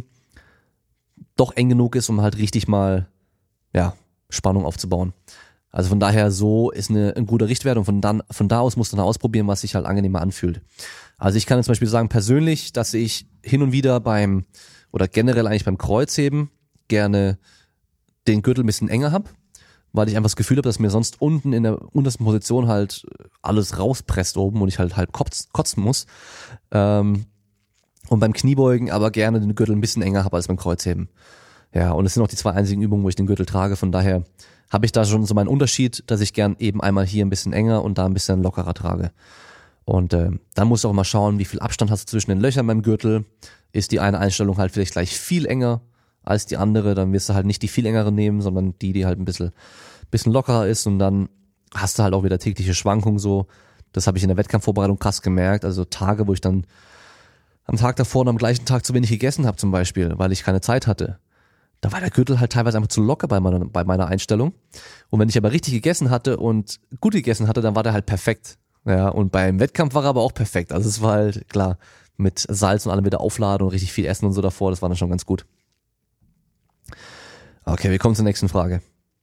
doch eng genug ist, um halt richtig mal, Spannung aufzubauen. Also von daher so ist ein guter Richtwert und von da aus musst du dann ausprobieren, was sich halt angenehmer anfühlt. Also ich kann jetzt zum Beispiel sagen persönlich, dass ich hin und wieder oder generell eigentlich beim Kreuzheben gerne den Gürtel ein bisschen enger habe, weil ich einfach das Gefühl habe, dass mir sonst unten in der untersten Position halt alles rauspresst oben und ich halt halb kotzen muss. Und beim Kniebeugen aber gerne den Gürtel ein bisschen enger habe als beim Kreuzheben. Ja, und es sind auch die 2 einzigen Übungen, wo ich den Gürtel trage, von daher habe ich da schon so meinen Unterschied, dass ich gern eben einmal hier ein bisschen enger und da ein bisschen lockerer trage. Und dann musst du auch mal schauen, wie viel Abstand hast du zwischen den Löchern beim Gürtel. Ist die eine Einstellung halt vielleicht gleich viel enger als die andere, dann wirst du halt nicht die viel engere nehmen, sondern die halt ein bisschen lockerer ist und dann hast du halt auch wieder tägliche Schwankungen so. Das habe ich in der Wettkampfvorbereitung krass gemerkt, also Tage, wo ich dann am Tag davor und am gleichen Tag zu wenig gegessen habe zum Beispiel, weil ich keine Zeit hatte. Da war der Gürtel halt teilweise einfach zu locker bei meiner Einstellung. Und wenn ich aber richtig gegessen hatte und gut gegessen hatte, dann war der halt perfekt. Ja, und beim Wettkampf war er aber auch perfekt. Also es war halt klar, mit Salz und allem wieder aufladen und richtig viel essen und so davor, das war dann schon ganz gut. Okay, wir kommen zur nächsten Frage.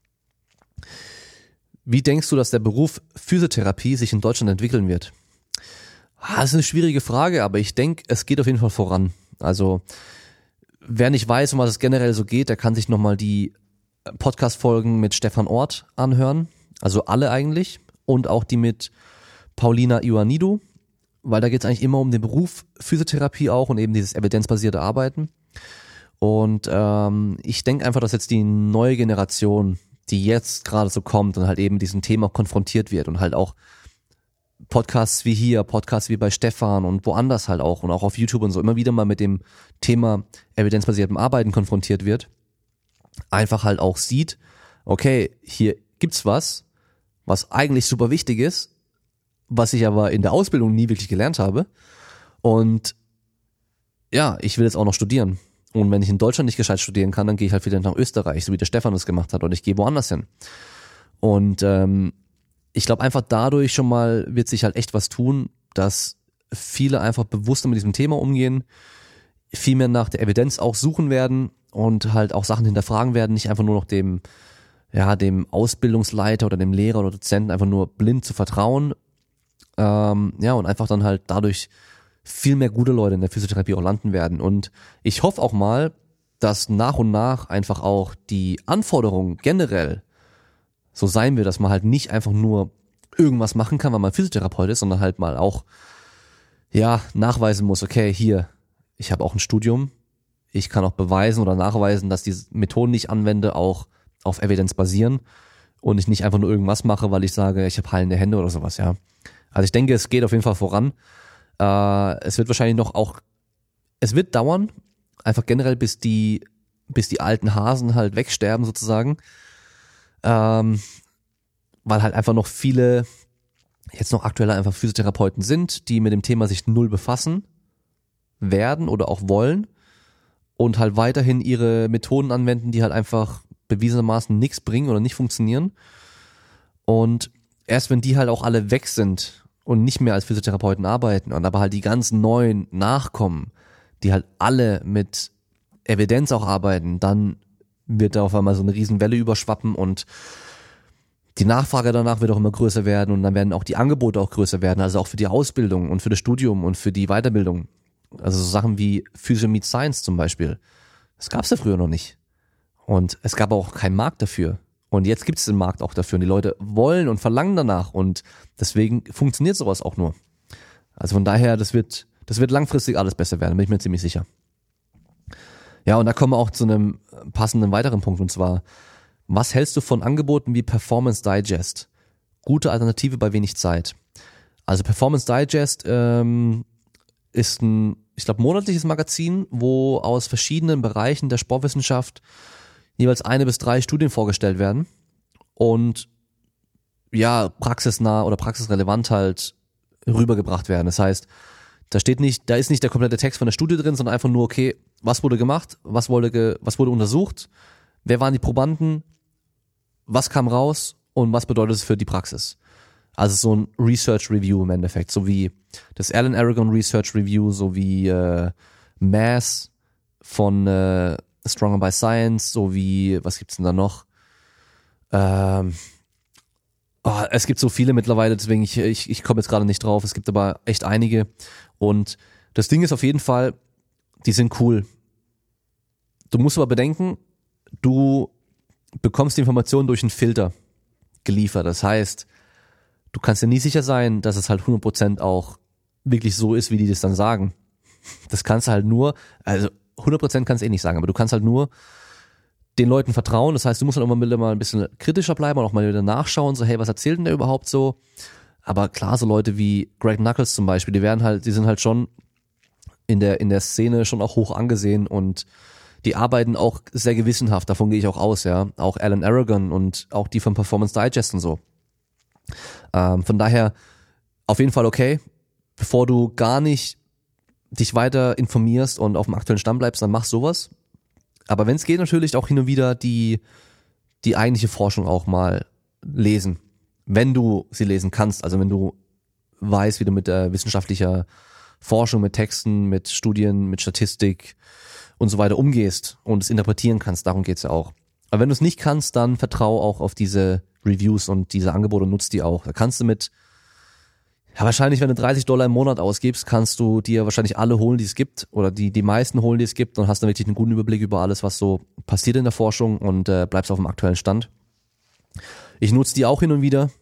Wie denkst du, dass der Beruf Physiotherapie sich in Deutschland entwickeln wird? Das ist eine schwierige Frage, aber ich denke, es geht auf jeden Fall voran. Also wer nicht weiß, um was es generell so geht, der kann sich nochmal die Podcast-Folgen mit Stefan Ort anhören. Also alle eigentlich. Und auch die mit Paulina Ioannidou, weil da geht es eigentlich immer um den Beruf Physiotherapie auch und eben dieses evidenzbasierte Arbeiten. Und ich denke einfach, dass jetzt die neue Generation, die jetzt gerade so kommt und halt eben diesem Thema konfrontiert wird und halt auch Podcasts wie hier, Podcasts wie bei Stefan und woanders halt auch und auch auf YouTube und so immer wieder mal mit dem Thema evidenzbasiertem Arbeiten konfrontiert wird, einfach halt auch sieht, okay, hier gibt's was eigentlich super wichtig ist, was ich aber in der Ausbildung nie wirklich gelernt habe und ja, ich will jetzt auch noch studieren. Und wenn ich in Deutschland nicht gescheit studieren kann, dann gehe ich halt wieder nach Österreich, so wie der Stefan das gemacht hat, oder ich gehe woanders hin. Und ich glaube einfach dadurch schon mal wird sich halt echt was tun, dass viele einfach bewusster mit diesem Thema umgehen, viel mehr nach der Evidenz auch suchen werden und halt auch Sachen hinterfragen werden, nicht einfach nur noch dem Ausbildungsleiter oder dem Lehrer oder Dozenten einfach nur blind zu vertrauen. Und einfach dann halt dadurch viel mehr gute Leute in der Physiotherapie auch landen werden. Und ich hoffe auch mal, dass nach und nach einfach auch die Anforderungen generell so sein wird, dass man halt nicht einfach nur irgendwas machen kann, weil man Physiotherapeut ist, sondern halt mal auch nachweisen muss, okay, hier, ich habe auch ein Studium, ich kann auch beweisen oder nachweisen, dass die Methoden, die ich anwende, auch auf Evidenz basieren und ich nicht einfach nur irgendwas mache, weil ich sage, ich habe heilende Hände oder sowas, ja. Also ich denke, es geht auf jeden Fall voran. Es wird wahrscheinlich es wird dauern, einfach generell bis die alten Hasen halt wegsterben sozusagen. weil halt einfach noch viele, jetzt noch aktueller einfach Physiotherapeuten sind, die mit dem Thema sich null befassen werden oder auch wollen und halt weiterhin ihre Methoden anwenden, die halt einfach bewiesenermaßen nichts bringen oder nicht funktionieren. Und erst wenn die halt auch alle weg sind und nicht mehr als Physiotherapeuten arbeiten und aber halt die ganzen neuen nachkommen, die halt alle mit Evidenz auch arbeiten, dann wird da auf einmal so eine Riesenwelle überschwappen und die Nachfrage danach wird auch immer größer werden und dann werden auch die Angebote auch größer werden, also auch für die Ausbildung und für das Studium und für die Weiterbildung. Also so Sachen wie Physio Meets Science zum Beispiel. Das gab es ja früher noch nicht. Und es gab auch keinen Markt dafür. Und jetzt gibt es den Markt auch dafür und die Leute wollen und verlangen danach und deswegen funktioniert sowas auch nur. Also von daher, das wird langfristig alles besser werden, bin ich mir ziemlich sicher. Ja, und da kommen wir auch zu einem passenden weiteren Punkt und zwar, was hältst du von Angeboten wie Performance Digest? Gute Alternative bei wenig Zeit. Also Performance Digest ist ein, ich glaube, monatliches Magazin, wo aus verschiedenen Bereichen der Sportwissenschaft jeweils 1 bis 3 Studien vorgestellt werden und ja, praxisnah oder praxisrelevant halt rübergebracht werden. Das heißt, da ist nicht der komplette Text von der Studie drin, sondern einfach nur, okay, was wurde gemacht, was wurde untersucht, wer waren die Probanden, was kam raus und was bedeutet es für die Praxis. Also so ein Research Review im Endeffekt, so wie das Alan Aragon Research Review, so wie Mass von Stronger by Science, so wie, was gibt's denn da noch? Es gibt so viele mittlerweile, deswegen ich komme jetzt gerade nicht drauf. Es gibt aber echt einige. Und das Ding ist auf jeden Fall, die sind cool. Du musst aber bedenken, du bekommst die Informationen durch einen Filter geliefert. Das heißt, du kannst dir nie sicher sein, dass es halt 100% auch wirklich so ist, wie die das dann sagen. Das kannst du halt nur, also 100% kannst du nicht sagen, aber du kannst halt nur den Leuten vertrauen. Das heißt, du musst halt auch mal ein bisschen kritischer bleiben und auch mal wieder nachschauen, so hey, was erzählt denn der überhaupt so? Aber klar, so Leute wie Greg Nuckols zum Beispiel, die sind halt schon in der Szene schon auch hoch angesehen und die arbeiten auch sehr gewissenhaft, davon gehe ich auch aus, ja. Auch Alan Aragon und auch die von Performance Digest und so. Von daher auf jeden Fall okay, bevor du gar nicht dich weiter informierst und auf dem aktuellen Stand bleibst, dann mach sowas. Aber wenn es geht, natürlich auch hin und wieder die eigentliche Forschung auch mal lesen, wenn du sie lesen kannst, also wenn du weißt, wie du mit wissenschaftlicher Forschung, mit Texten, mit Studien, mit Statistik und so weiter umgehst und es interpretieren kannst, darum geht's ja auch. Aber wenn du es nicht kannst, dann vertrau auch auf diese Reviews und diese Angebote und nutzt die auch. Da kannst du wahrscheinlich, wenn du $30 im Monat ausgibst, kannst du dir wahrscheinlich alle holen, die es gibt oder die meisten holen, die es gibt und hast dann wirklich einen guten Überblick über alles, was so passiert in der Forschung und bleibst auf dem aktuellen Stand. Ich nutze die auch hin und wieder,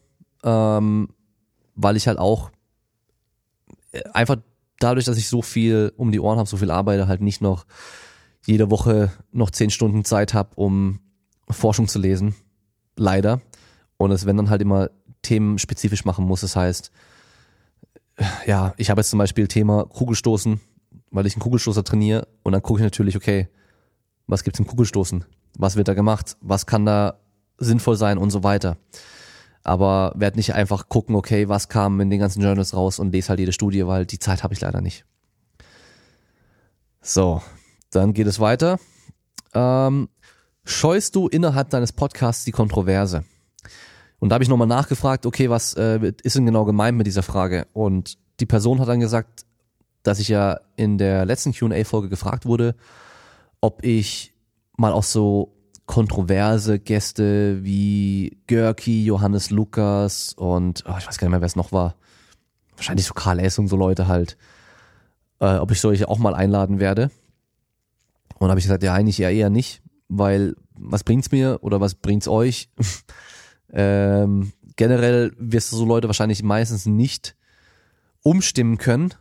weil ich halt auch einfach dadurch, dass ich so viel um die Ohren habe, so viel arbeite, halt nicht noch jede Woche noch 10 Stunden Zeit habe, um Forschung zu lesen. Leider. Und es, wenn dann halt immer themenspezifisch machen muss. Das heißt, ja, ich habe jetzt zum Beispiel Thema Kugelstoßen, weil ich einen Kugelstoßer trainiere und dann gucke ich natürlich, okay, was gibt's im Kugelstoßen? Was wird da gemacht? Was kann da sinnvoll sein und so weiter. Aber werde nicht einfach gucken, okay, was kam in den ganzen Journals raus und lese halt jede Studie, weil die Zeit habe ich leider nicht. So, dann geht es weiter. Scheust du innerhalb deines Podcasts die Kontroverse? Und da habe ich nochmal nachgefragt, okay, was ist denn genau gemeint mit dieser Frage? Und die Person hat dann gesagt, dass ich ja in der letzten Q&A-Folge gefragt wurde, ob ich mal auch so kontroverse Gäste wie Görki, Johannes Lukas und ich weiß gar nicht mehr, wer es noch war. Wahrscheinlich so Karl S. und so Leute halt. Ob ich solche auch mal einladen werde. Und habe ich gesagt, ja, eigentlich eher nicht, weil was bringt's mir oder was bringt's euch? Generell wirst du so Leute wahrscheinlich meistens nicht umstimmen können.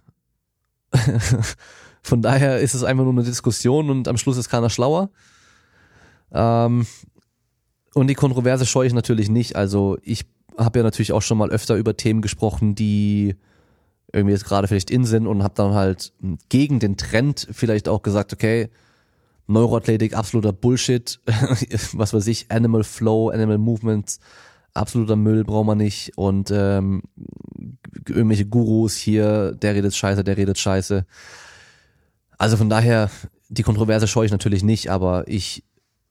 Von daher ist es einfach nur eine Diskussion und am Schluss ist keiner schlauer. Und die Kontroverse scheue ich natürlich nicht. Also ich habe ja natürlich auch schon mal öfter über Themen gesprochen, die irgendwie jetzt gerade vielleicht in sind und habe dann halt gegen den Trend vielleicht auch gesagt, okay, Neuroathletik, absoluter Bullshit, was weiß ich, Animal Flow, Animal Movements, absoluter Müll, braucht man nicht und irgendwelche Gurus hier, der redet scheiße. Also von daher, die Kontroverse scheue ich natürlich nicht, aber ich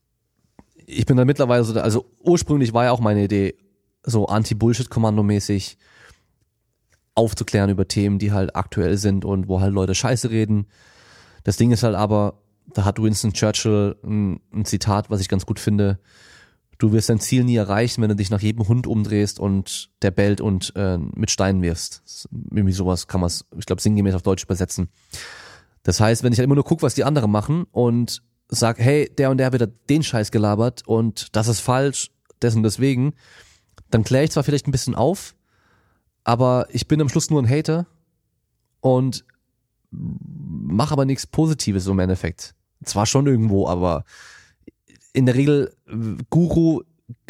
bin da mittlerweile so, also ursprünglich war ja auch meine Idee, so Anti-Bullshit-Kommando-mäßig aufzuklären über Themen, die halt aktuell sind und wo halt Leute Scheiße reden. Das Ding ist halt aber, da hat Winston Churchill ein Zitat, was ich ganz gut finde: Du wirst dein Ziel nie erreichen, wenn du dich nach jedem Hund umdrehst und der bellt und mit Steinen wirfst. Irgendwie sowas kann man es, ich glaube, sinngemäß auf Deutsch übersetzen. Das heißt, wenn ich halt immer nur gucke, was die anderen machen und sag, hey, der und der hat wieder den Scheiß gelabert und das ist falsch, dessen deswegen, dann kläre ich zwar vielleicht ein bisschen auf, aber ich bin am Schluss nur ein Hater und mache aber nichts Positives so im Endeffekt. Zwar schon irgendwo, aber in der Regel Guru,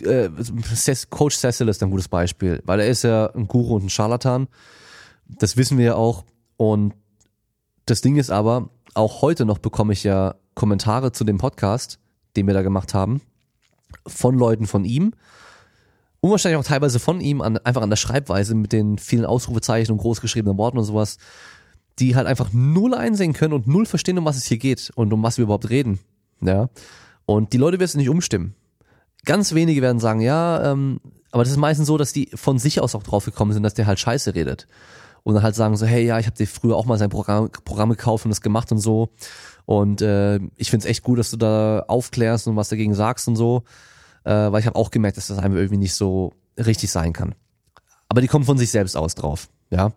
Coach Cecil ist ein gutes Beispiel, weil er ist ja ein Guru und ein Scharlatan. Das wissen wir ja auch. Und das Ding ist aber, auch heute noch bekomme ich ja Kommentare zu dem Podcast, den wir da gemacht haben, von Leuten von ihm und wahrscheinlich auch teilweise von ihm, einfach an der Schreibweise mit den vielen Ausrufezeichen und großgeschriebenen Worten und sowas, die halt einfach null einsehen können und null verstehen, um was es hier geht und um was wir überhaupt reden. Ja. Und die Leute werden es nicht umstimmen. Ganz wenige werden sagen, ja, aber das ist meistens so, dass die von sich aus auch drauf gekommen sind, dass der halt Scheiße redet. Und dann halt sagen so, hey, ja, ich habe dir früher auch mal sein Programm gekauft und das gemacht und so. Und ich find's echt gut, dass du da aufklärst und was dagegen sagst und so. Weil ich habe auch gemerkt, dass das einfach irgendwie nicht so richtig sein kann. Aber die kommen von sich selbst aus drauf, ja.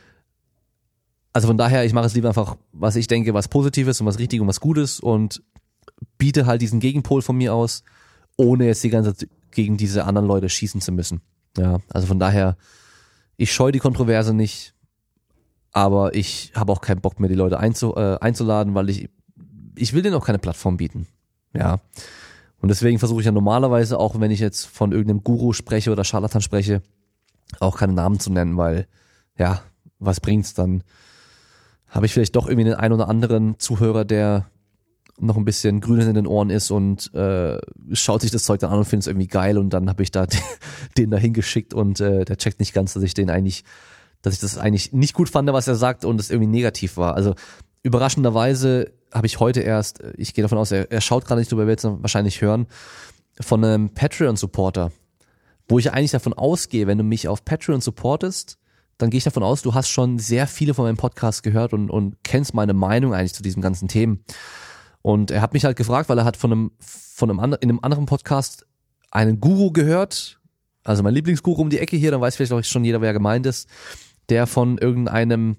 Also von daher, ich mache es lieber einfach, was ich denke, was Positives und was Richtiges und was Gutes und biete halt diesen Gegenpol von mir aus, ohne jetzt die ganze Zeit gegen diese anderen Leute schießen zu müssen. Ja, also von daher, ich scheue die Kontroverse nicht, aber ich habe auch keinen Bock mehr, die Leute einzuladen, weil ich will denen auch keine Plattform bieten. Ja. Und deswegen versuche ich ja normalerweise, auch wenn ich jetzt von irgendeinem Guru spreche oder Scharlatan spreche, auch keine Namen zu nennen, weil, ja, was bringt's dann? Habe ich vielleicht doch irgendwie den einen oder anderen Zuhörer, der noch ein bisschen grün in den Ohren ist und schaut sich das Zeug dann an und findet es irgendwie geil und dann habe ich da den da hingeschickt und der checkt nicht ganz, dass ich das eigentlich nicht gut fand, was er sagt und es irgendwie negativ war. Also überraschenderweise habe ich heute erst, ich gehe davon aus, er schaut gerade nicht drüber, wird es wahrscheinlich hören, von einem Patreon-Supporter, wo ich eigentlich davon ausgehe, wenn du mich auf Patreon supportest, dann gehe ich davon aus, du hast schon sehr viele von meinem Podcast gehört und kennst meine Meinung eigentlich zu diesen ganzen Themen. Und er hat mich halt gefragt, weil er hat in einem anderen Podcast einen Guru gehört, also mein Lieblingsguru um die Ecke hier, dann weiß vielleicht auch schon jeder, wer gemeint ist, der von irgendeinem,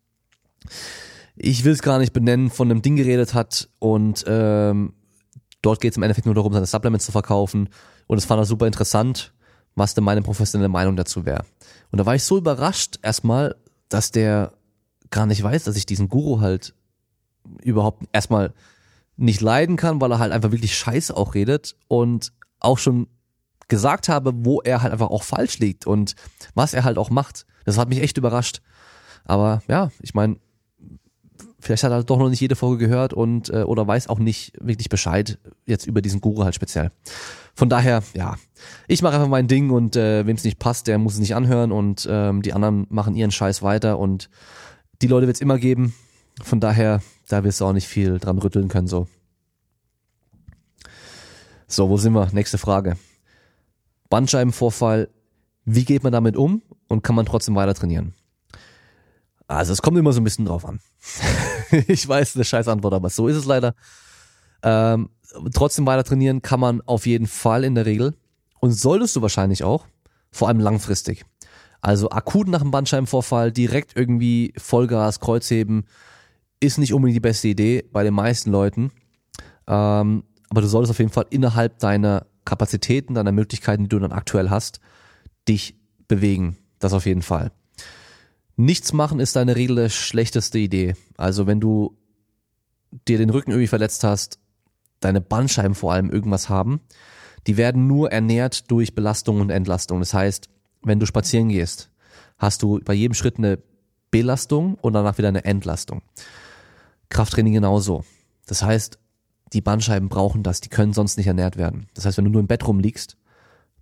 ich will es gar nicht benennen, von einem Ding geredet hat und dort geht es im Endeffekt nur darum, seine Supplements zu verkaufen und das fand er super interessant, was denn meine professionelle Meinung dazu wäre. Und da war ich so überrascht erstmal, dass der gar nicht weiß, dass ich diesen Guru halt überhaupt erstmal nicht leiden kann, weil er halt einfach wirklich Scheiße auch redet und auch schon gesagt habe, wo er halt einfach auch falsch liegt und was er halt auch macht. Das hat mich echt überrascht. Aber ja, ich meine, vielleicht hat er doch noch nicht jede Folge gehört und oder weiß auch nicht wirklich Bescheid jetzt über diesen Guru halt speziell. Von daher, ja, ich mache einfach mein Ding und wem es nicht passt, der muss es nicht anhören und die anderen machen ihren Scheiß weiter und die Leute wird es immer geben. Von daher, da wirst du auch nicht viel dran rütteln können so. So, wo sind wir? Nächste Frage. Bandscheibenvorfall, wie geht man damit um und kann man trotzdem weiter trainieren? Also es kommt immer so ein bisschen drauf an. Ich weiß, eine scheiß Antwort, aber so ist es leider. Trotzdem weiter trainieren kann man auf jeden Fall in der Regel und solltest du wahrscheinlich auch, vor allem langfristig. Also akut nach einem Bandscheibenvorfall direkt irgendwie Vollgas, Kreuzheben ist nicht unbedingt die beste Idee bei den meisten Leuten. Aber du solltest auf jeden Fall innerhalb deiner Kapazitäten, deiner Möglichkeiten, die du dann aktuell hast, dich bewegen. Das auf jeden Fall. Nichts machen ist deine Regel die schlechteste Idee. Also wenn du dir den Rücken irgendwie verletzt hast, deine Bandscheiben vor allem irgendwas haben, die werden nur ernährt durch Belastung und Entlastung. Das heißt, wenn du spazieren gehst, hast du bei jedem Schritt eine Belastung und danach wieder eine Entlastung. Krafttraining genauso. Das heißt, die Bandscheiben brauchen das, die können sonst nicht ernährt werden. Das heißt, wenn du nur im Bett rumliegst,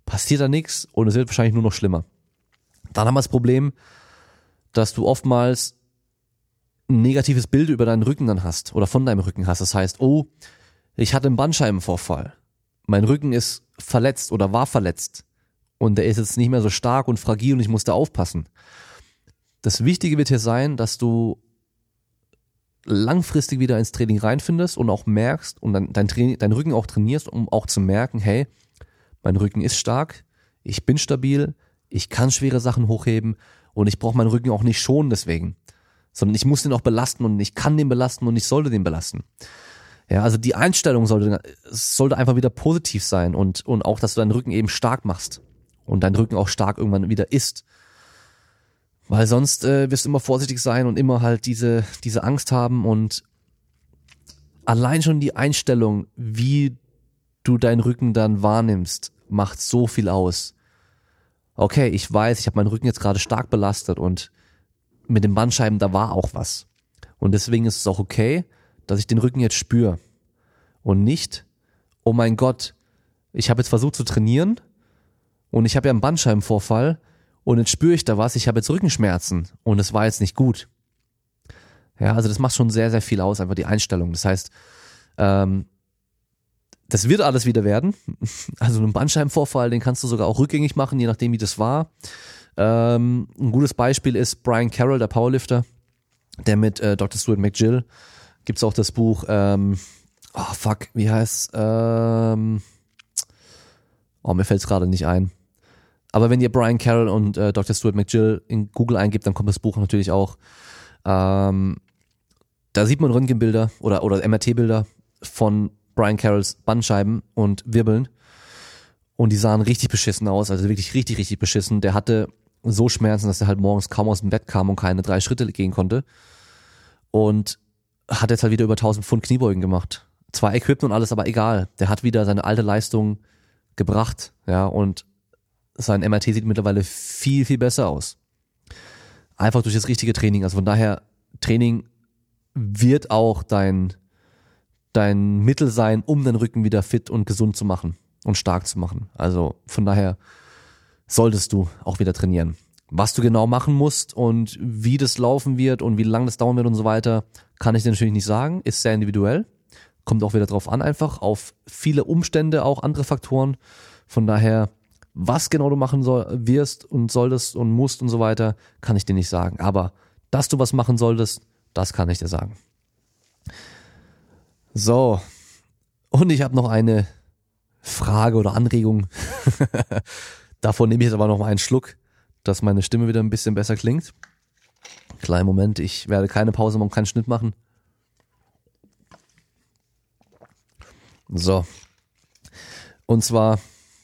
passiert da nichts und es wird wahrscheinlich nur noch schlimmer. Dann haben wir das Problem, dass du oftmals ein negatives Bild über deinen Rücken dann hast oder von deinem Rücken hast. Das heißt, oh, ich hatte einen Bandscheibenvorfall. Mein Rücken ist verletzt oder war verletzt und der ist jetzt nicht mehr so stark und fragil und ich musste aufpassen. Das Wichtige wird hier sein, dass du langfristig wieder ins Training reinfindest und auch merkst und dann dein Rücken auch trainierst, um auch zu merken, hey, mein Rücken ist stark, ich bin stabil, ich kann schwere Sachen hochheben und ich brauche meinen Rücken auch nicht schonen deswegen, sondern ich muss den auch belasten und ich kann den belasten und ich sollte den belasten. Ja, also die Einstellung sollte einfach wieder positiv sein und auch, dass du deinen Rücken eben stark machst und dein Rücken auch stark irgendwann wieder ist. Weil sonst wirst du immer vorsichtig sein und immer halt diese Angst haben und allein schon die Einstellung, wie du deinen Rücken dann wahrnimmst, macht so viel aus. Okay, ich weiß, ich habe meinen Rücken jetzt gerade stark belastet und mit den Bandscheiben, da war auch was. Und deswegen ist es auch okay, dass ich den Rücken jetzt spüre und nicht, oh mein Gott, ich habe jetzt versucht zu trainieren und ich habe ja einen Bandscheibenvorfall und jetzt spüre ich da was, ich habe jetzt Rückenschmerzen und es war jetzt nicht gut. Ja, also das macht schon sehr, sehr viel aus, einfach die Einstellung. Das heißt, das wird alles wieder werden. Also einen Bandscheibenvorfall, den kannst du sogar auch rückgängig machen, je nachdem wie das war. Ein gutes Beispiel ist Brian Carroll, der Powerlifter, der mit Dr. Stuart McGill, gibt's auch das Buch, wie heißt's? Mir fällt's gerade nicht ein. Aber wenn ihr Brian Carroll und Dr. Stuart McGill in Google eingibt, dann kommt das Buch natürlich auch. Da sieht man Röntgenbilder oder MRT-Bilder von Brian Carrolls Bandscheiben und Wirbeln. Und die sahen richtig beschissen aus, also wirklich richtig, richtig beschissen. Der hatte so Schmerzen, dass er halt morgens kaum aus dem Bett kam und keine 3 Schritte gehen konnte. Und hat jetzt halt wieder über 1000 Pfund Kniebeugen gemacht. Zwar Equipment und alles, aber egal. Der hat wieder seine alte Leistung gebracht, ja, und sein MRT sieht mittlerweile viel, viel besser aus. Einfach durch das richtige Training. Also von daher, Training wird auch dein Mittel sein, um den Rücken wieder fit und gesund zu machen und stark zu machen. Also von daher solltest du auch wieder trainieren. Was du genau machen musst und wie das laufen wird und wie lange das dauern wird und so weiter, kann ich dir natürlich nicht sagen. Ist sehr individuell. Kommt auch wieder drauf an einfach, auf viele Umstände, auch andere Faktoren. Von daher, was genau du machen wirst und solltest und musst und so weiter, kann ich dir nicht sagen. Aber dass du was machen solltest, das kann ich dir sagen. So, und ich habe noch eine Frage oder Anregung. Davon nehme ich jetzt aber noch mal einen Schluck, dass meine Stimme wieder ein bisschen besser klingt. Kleinen Moment, ich werde keine Pause machen, keinen Schnitt machen. So, und zwar,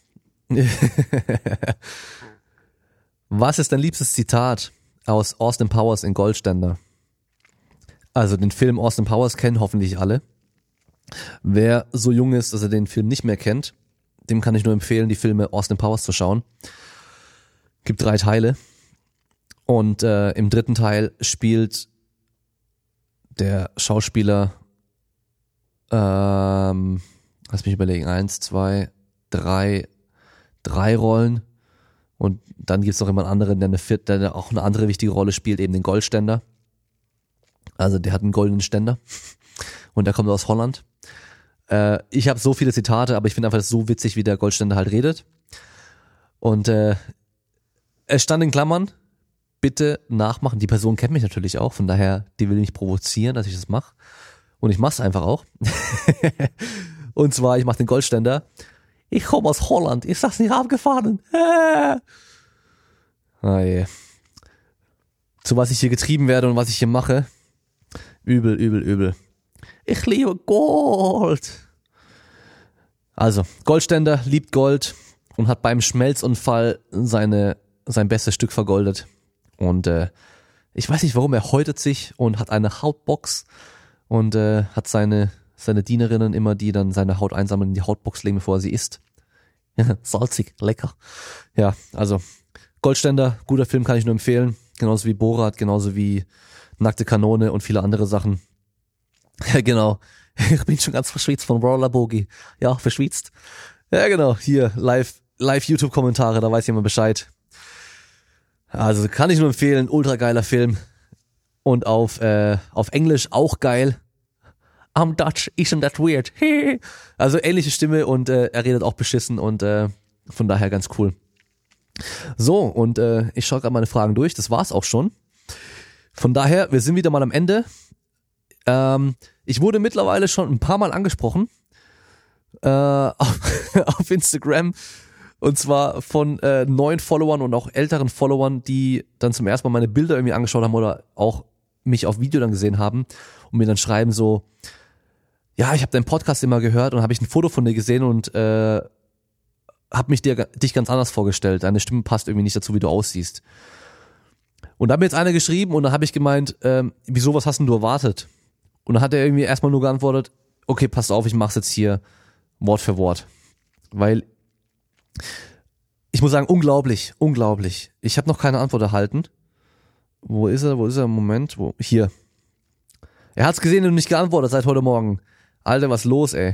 was ist dein liebstes Zitat aus Austin Powers in Goldständer? Also den Film Austin Powers kennen hoffentlich alle. Wer so jung ist, dass er den Film nicht mehr kennt, dem kann ich nur empfehlen, die Filme Austin Powers zu schauen. Gibt 3 Teile. Und im 3. Teil spielt der Schauspieler, lass mich überlegen, 1, 2, 3 Rollen. Und dann gibt's noch immer einen anderen, der auch eine andere wichtige Rolle spielt, eben den Goldständer. Also der hat einen goldenen Ständer und der kommt aus Holland. Ich habe so viele Zitate, aber ich finde einfach das so witzig, wie der Goldständer halt redet. Und es stand in Klammern, bitte nachmachen. Die Person kennt mich natürlich auch, von daher, die will mich provozieren, dass ich das mache. Und ich mache es einfach auch. Und zwar, ich mache den Goldständer. Ich komme aus Holland, ist das nicht abgefahren? Je. Zu was ich hier getrieben werde und was ich hier mache. Übel, übel, übel. Ich liebe Gold. Also, Goldständer liebt Gold und hat beim Schmelzunfall sein bestes Stück vergoldet. Und ich weiß nicht warum, er häutet sich und hat eine Hautbox und hat seine Dienerinnen immer, die dann seine Haut einsammeln, in die Hautbox legen, bevor er sie isst. Salzig, lecker. Ja, also Goldständer, guter Film, kann ich nur empfehlen. Genauso wie Borat, genauso wie Nackte Kanone und viele andere Sachen. Ja, genau. Ich bin schon ganz verschwitzt von Roller Boogie. Ja, verschwitzt. Ja, genau. Hier live Live-YouTube-Kommentare, da weiß jemand Bescheid. Also kann ich nur empfehlen, ultra geiler Film. Und auf Englisch auch geil. I'm Dutch, isn't that weird? Also ähnliche Stimme und er redet auch beschissen und von daher ganz cool. So, und ich schaue gerade meine Fragen durch, das war's auch schon. Von daher, wir sind wieder mal am Ende. Ich wurde mittlerweile schon ein paar Mal angesprochen auf Instagram und zwar von neuen Followern und auch älteren Followern, die dann zum ersten Mal meine Bilder irgendwie angeschaut haben oder auch mich auf Video dann gesehen haben und mir dann schreiben so, ja, ich habe deinen Podcast immer gehört und habe ich ein Foto von dir gesehen und habe dich ganz anders vorgestellt. Deine Stimme passt irgendwie nicht dazu, wie du aussiehst. Und da hat mir jetzt einer geschrieben und dann habe ich gemeint, wieso, was hast denn du erwartet? Und dann hat er irgendwie erstmal nur geantwortet, okay, passt auf, ich mach's jetzt hier Wort für Wort. Weil ich muss sagen, unglaublich. Ich habe noch keine Antwort erhalten. Wo ist er? Moment, hier. Er hat's gesehen und nicht geantwortet seit heute Morgen. Alter, was los, ey?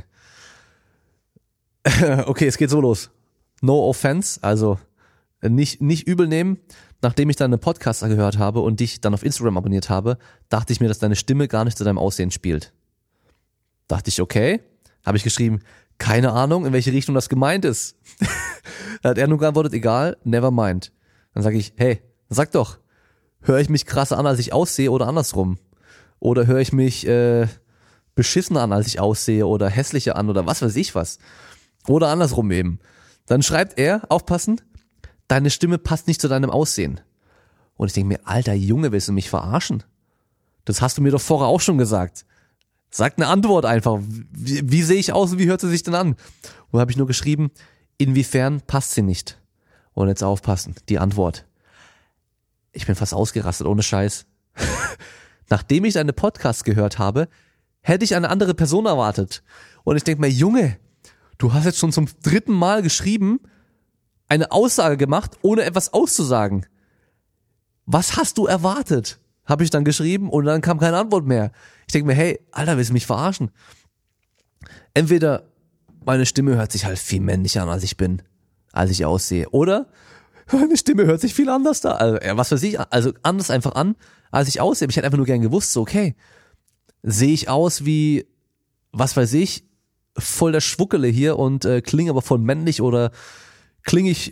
Okay, es geht so los. No offense, also nicht übel nehmen. Nachdem ich deine Podcasts gehört habe und dich dann auf Instagram abonniert habe, dachte ich mir, dass deine Stimme gar nicht zu deinem Aussehen spielt. Dachte ich, okay. Habe ich geschrieben, keine Ahnung, in welche Richtung das gemeint ist. Da hat er nur geantwortet, egal, never mind. Dann sage ich, hey, sag doch, höre ich mich krasser an, als ich aussehe oder andersrum? Oder höre ich mich beschissener an, als ich aussehe oder hässlicher an oder was weiß ich was? Oder andersrum eben. Dann schreibt er, aufpassen, deine Stimme passt nicht zu deinem Aussehen. Und ich denke mir, alter Junge, willst du mich verarschen? Das hast du mir doch vorher auch schon gesagt. Sag eine Antwort einfach. Wie sehe ich aus und wie hört sie sich denn an? Und da habe ich nur geschrieben, inwiefern passt sie nicht? Und jetzt aufpassen, die Antwort. Ich bin fast ausgerastet, ohne Scheiß. Nachdem ich deine Podcasts gehört habe, hätte ich eine andere Person erwartet. Und ich denke mir, Junge, du hast jetzt schon zum 3. Mal geschrieben, eine Aussage gemacht, ohne etwas auszusagen. Was hast du erwartet? Habe ich dann geschrieben und dann kam keine Antwort mehr. Ich denke mir, hey, Alter, willst du mich verarschen? Entweder meine Stimme hört sich halt viel männlicher an, als ich bin, als ich aussehe. Oder meine Stimme hört sich viel anders da. Also, ja, was weiß ich, also anders einfach an, als ich aussehe. Ich hätte einfach nur gern gewusst, so, okay, sehe ich aus wie, was weiß ich, voll der Schwuckele hier und klinge aber voll männlich oder klinge ich,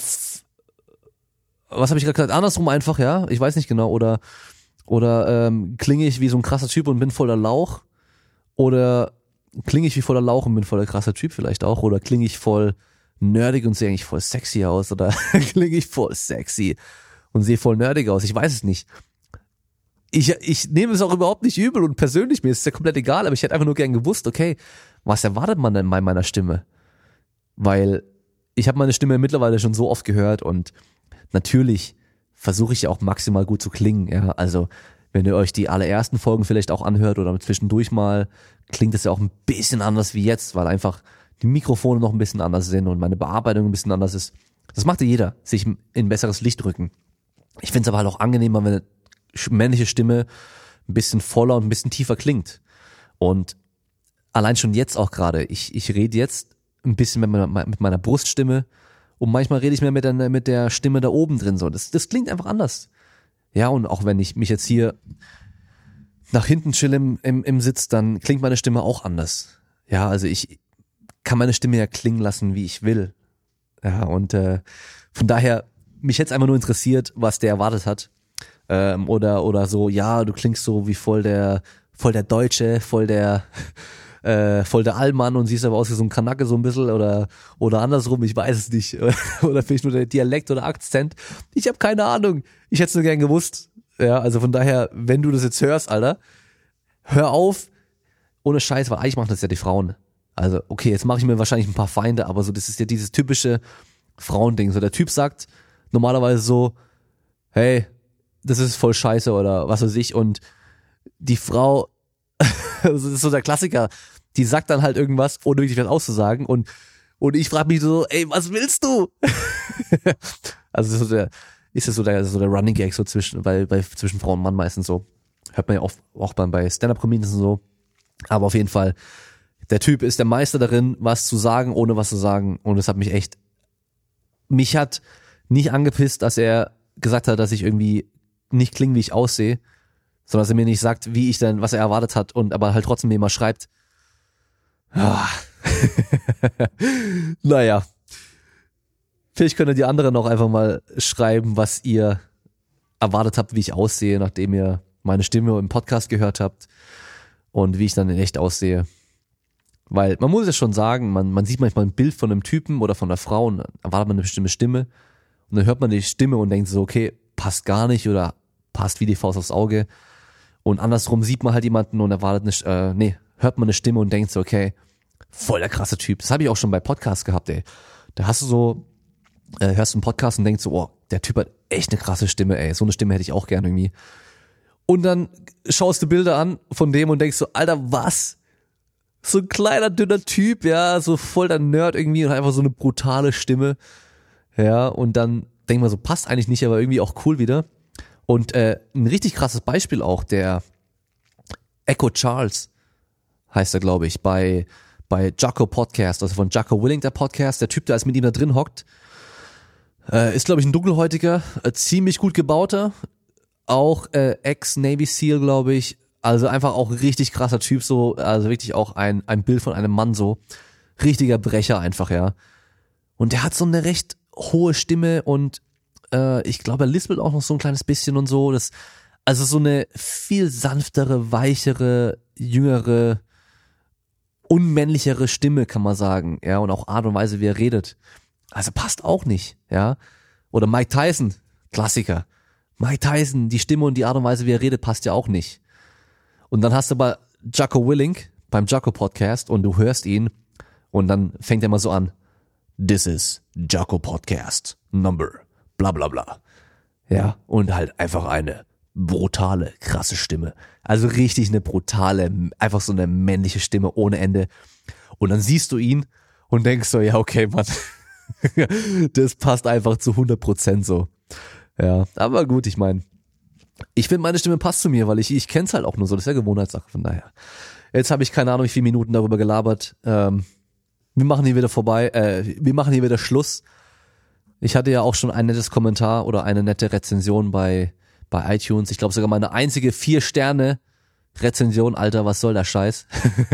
was habe ich gerade gesagt, andersrum einfach, ja, ich weiß nicht genau, oder klinge ich wie so ein krasser Typ und bin voller Lauch, oder klinge ich wie voller Lauch und bin voller krasser Typ vielleicht auch, oder klinge ich voll nerdig und sehe eigentlich voll sexy aus, oder klinge ich voll sexy und sehe voll nerdig aus, ich weiß es nicht. Ich nehme es auch überhaupt nicht übel und persönlich, mir ist es ja komplett egal, aber ich hätte einfach nur gern gewusst, okay, was erwartet man denn bei meiner Stimme? Weil ich habe meine Stimme mittlerweile schon so oft gehört und natürlich versuche ich ja auch maximal gut zu klingen, ja, also wenn ihr euch die allerersten Folgen vielleicht auch anhört oder zwischendurch mal, klingt das ja auch ein bisschen anders wie jetzt, weil einfach die Mikrofone noch ein bisschen anders sind und meine Bearbeitung ein bisschen anders ist. Das macht ja jeder, sich in besseres Licht rücken. Ich finde es aber halt auch angenehmer, wenn eine männliche Stimme ein bisschen voller und ein bisschen tiefer klingt. Und allein schon jetzt auch gerade, ich rede jetzt ein bisschen mit meiner Bruststimme und manchmal rede ich mehr mit der Stimme da oben drin so. Das klingt einfach anders. Ja, und auch wenn ich mich jetzt hier nach hinten chill im Sitz, dann klingt meine Stimme auch anders. Ja, also ich kann meine Stimme ja klingen lassen, wie ich will. Ja, und von daher, mich hätte es einfach nur interessiert, was der erwartet hat. Oder so, ja, du klingst so wie voll der Deutsche, voll der Allmann und siehst aber aus wie so ein Kanake so ein bisschen oder andersrum, ich weiß es nicht. Oder vielleicht nur der Dialekt oder Akzent. Ich habe keine Ahnung. Ich hätte es nur gern gewusst. Ja, also von daher, wenn du das jetzt hörst, Alter, hör auf. Ohne Scheiß, weil eigentlich machen das ja die Frauen. Also, okay, jetzt mache ich mir wahrscheinlich ein paar Feinde, aber so, das ist ja dieses typische Frauending. So, der Typ sagt normalerweise so, hey, das ist voll scheiße oder was weiß ich. Und die Frau, das ist so der Klassiker, die sagt dann halt irgendwas, ohne wirklich was auszusagen. Und ich frage mich so, ey, was willst du? Also ist das so der Running Gag so zwischen Frau und Mann meistens so. Hört man ja auch bei Stand-Up-Comedians und so. Aber auf jeden Fall, der Typ ist der Meister darin, was zu sagen, ohne was zu sagen. Und es hat mich echt mich hat nicht angepisst, dass er gesagt hat, dass ich irgendwie nicht klinge, wie ich aussehe, sondern dass er mir nicht sagt, wie ich denn, was er erwartet hat, und aber halt trotzdem mir mal schreibt. Ah. Naja. Vielleicht könnt ihr die anderen auch einfach mal schreiben, was ihr erwartet habt, wie ich aussehe, nachdem ihr meine Stimme im Podcast gehört habt und wie ich dann in echt aussehe. Weil man muss ja schon sagen, man sieht manchmal ein Bild von einem Typen oder von einer Frau und dann erwartet man eine bestimmte Stimme und dann hört man die Stimme und denkt so, okay, passt gar nicht oder passt wie die Faust aufs Auge. Und andersrum sieht man halt jemanden und erwartet hört man eine Stimme und denkt so, okay, voll der krasse Typ. Das habe ich auch schon bei Podcasts gehabt, ey. Da hast du so, hörst einen Podcast und denkst so, oh, der Typ hat echt eine krasse Stimme, ey. So eine Stimme hätte ich auch gern irgendwie. Und dann schaust du Bilder an von dem und denkst so, Alter, was? So ein kleiner, dünner Typ, ja, so voll der Nerd irgendwie und einfach so eine brutale Stimme. Ja, und dann denkt man so, passt eigentlich nicht, aber irgendwie auch cool wieder. Und ein richtig krasses Beispiel auch, der Echo Charles heißt er, glaube ich, bei Jocko Podcast, also von Jocko Willing, der Podcast, der Typ, der als mit ihm da drin hockt, ist, glaube ich, ein dunkelhäutiger, ziemlich gut gebauter, auch Ex-Navy Seal, glaube ich, also einfach auch richtig krasser Typ, so, also wirklich auch ein Bild von einem Mann, so, richtiger Brecher einfach, ja. Und der hat so eine recht hohe Stimme und ich glaube, er lispelt auch noch so ein kleines bisschen und so, also so eine viel sanftere, weichere, jüngere, unmännlichere Stimme, kann man sagen, ja, und auch Art und Weise, wie er redet. Also passt auch nicht, ja. Oder Mike Tyson, Klassiker. Mike Tyson, die Stimme und die Art und Weise, wie er redet, passt ja auch nicht. Und dann hast du aber Jocko Willing beim Jocko Podcast und du hörst ihn und dann fängt er mal so an. This is Jocko Podcast Number bla bla bla. Ja, und halt einfach eine brutale, krasse Stimme. Also richtig eine brutale, einfach so eine männliche Stimme ohne Ende. Und dann siehst du ihn und denkst so, ja, okay, Mann, das passt einfach zu 100% so. Ja, aber gut, ich meine, ich finde, meine Stimme passt zu mir, weil ich kenn's halt auch nur so, das ist ja Gewohnheitssache, von daher. Jetzt habe ich keine Ahnung, wie viele Minuten darüber gelabert. Wir machen hier wieder Schluss. Ich hatte ja auch schon ein nettes Kommentar oder eine nette Rezension bei iTunes. Ich glaube sogar meine einzige 4-Sterne-Rezension. Alter, was soll der Scheiß?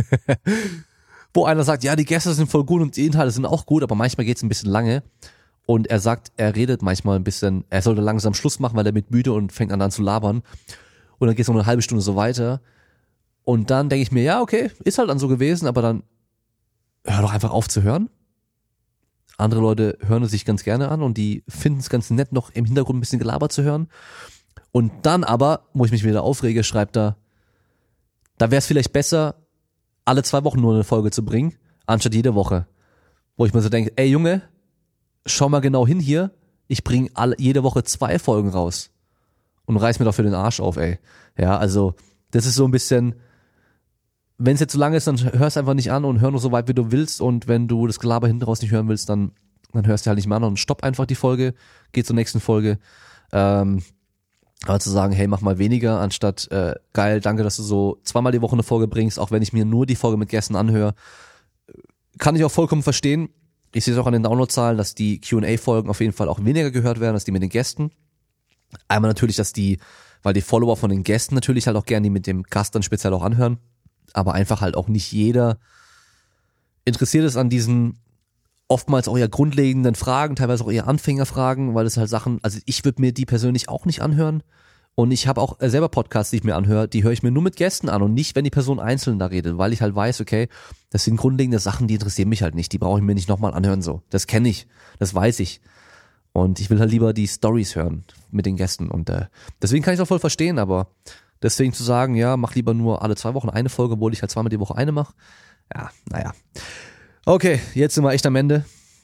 Wo einer sagt, ja, die Gäste sind voll gut und die Inhalte sind auch gut, aber manchmal geht's ein bisschen lange. Und er sagt, er redet manchmal ein bisschen, er sollte langsam Schluss machen, weil er mit müde und fängt an zu labern. Und dann geht's noch eine halbe Stunde so weiter. Und dann denke ich mir, ja, okay, ist halt dann so gewesen, aber dann hör doch einfach auf zu hören. Andere Leute hören es sich ganz gerne an und die finden es ganz nett, noch im Hintergrund ein bisschen gelabert zu hören. Und dann aber, wo ich mich wieder aufrege, schreibt er, da wäre es vielleicht besser, alle 2 Wochen nur eine Folge zu bringen, anstatt jede Woche. Wo ich mir so denke, ey Junge, schau mal genau hin hier, ich bringe jede Woche 2 Folgen raus und reiß mir doch für den Arsch auf, ey. Ja, also das ist so ein bisschen, wenn es jetzt so lange ist, dann hörst einfach nicht an und hör nur so weit, wie du willst, und wenn du das Gelaber hinten raus nicht hören willst, dann hörst du halt nicht mehr an und stopp einfach die Folge, geh zur nächsten Folge. Aber zu sagen, hey, mach mal weniger, anstatt geil, danke, dass du so 2-mal die Woche eine Folge bringst, auch wenn ich mir nur die Folge mit Gästen anhöre, kann ich auch vollkommen verstehen. Ich sehe es auch an den Downloadzahlen, dass die Q&A-Folgen auf jeden Fall auch weniger gehört werden als die mit den Gästen. Einmal natürlich, weil die Follower von den Gästen natürlich halt auch gerne die mit dem Gast dann speziell auch anhören, aber einfach halt auch nicht jeder interessiert ist an diesen oftmals auch eher grundlegenden Fragen, teilweise auch eher Anfängerfragen, weil das halt Sachen, also ich würde mir die persönlich auch nicht anhören, und ich habe auch selber Podcasts, die ich mir anhöre, die höre ich mir nur mit Gästen an und nicht, wenn die Person einzeln da redet, weil ich halt weiß, okay, das sind grundlegende Sachen, die interessieren mich halt nicht, die brauche ich mir nicht nochmal anhören, so. Das kenne ich, das weiß ich. Und ich will halt lieber die Stories hören mit den Gästen, und deswegen kann ich es auch voll verstehen, aber deswegen zu sagen, ja, mach lieber nur alle 2 Wochen eine Folge, obwohl ich halt 2-mal die Woche eine mache, ja, naja. Okay, jetzt sind wir echt am Ende,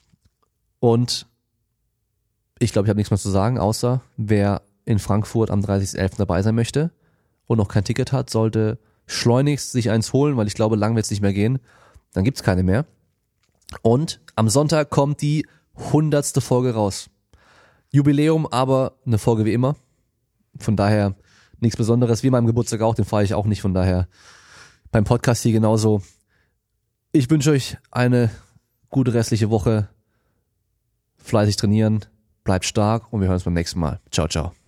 und ich glaube, ich habe nichts mehr zu sagen, außer wer in Frankfurt am 30.11. dabei sein möchte und noch kein Ticket hat, sollte schleunigst sich eins holen, weil ich glaube, lang wird es nicht mehr gehen, dann gibt's keine mehr. Und am Sonntag kommt die 100. Folge raus. Jubiläum, aber eine Folge wie immer, von daher nichts Besonderes, wie meinem Geburtstag auch, den feiere ich auch nicht, von daher beim Podcast hier genauso. Ich wünsche euch eine gute restliche Woche. fleißig trainieren, bleibt stark und wir hören uns beim nächsten Mal. Ciao, ciao.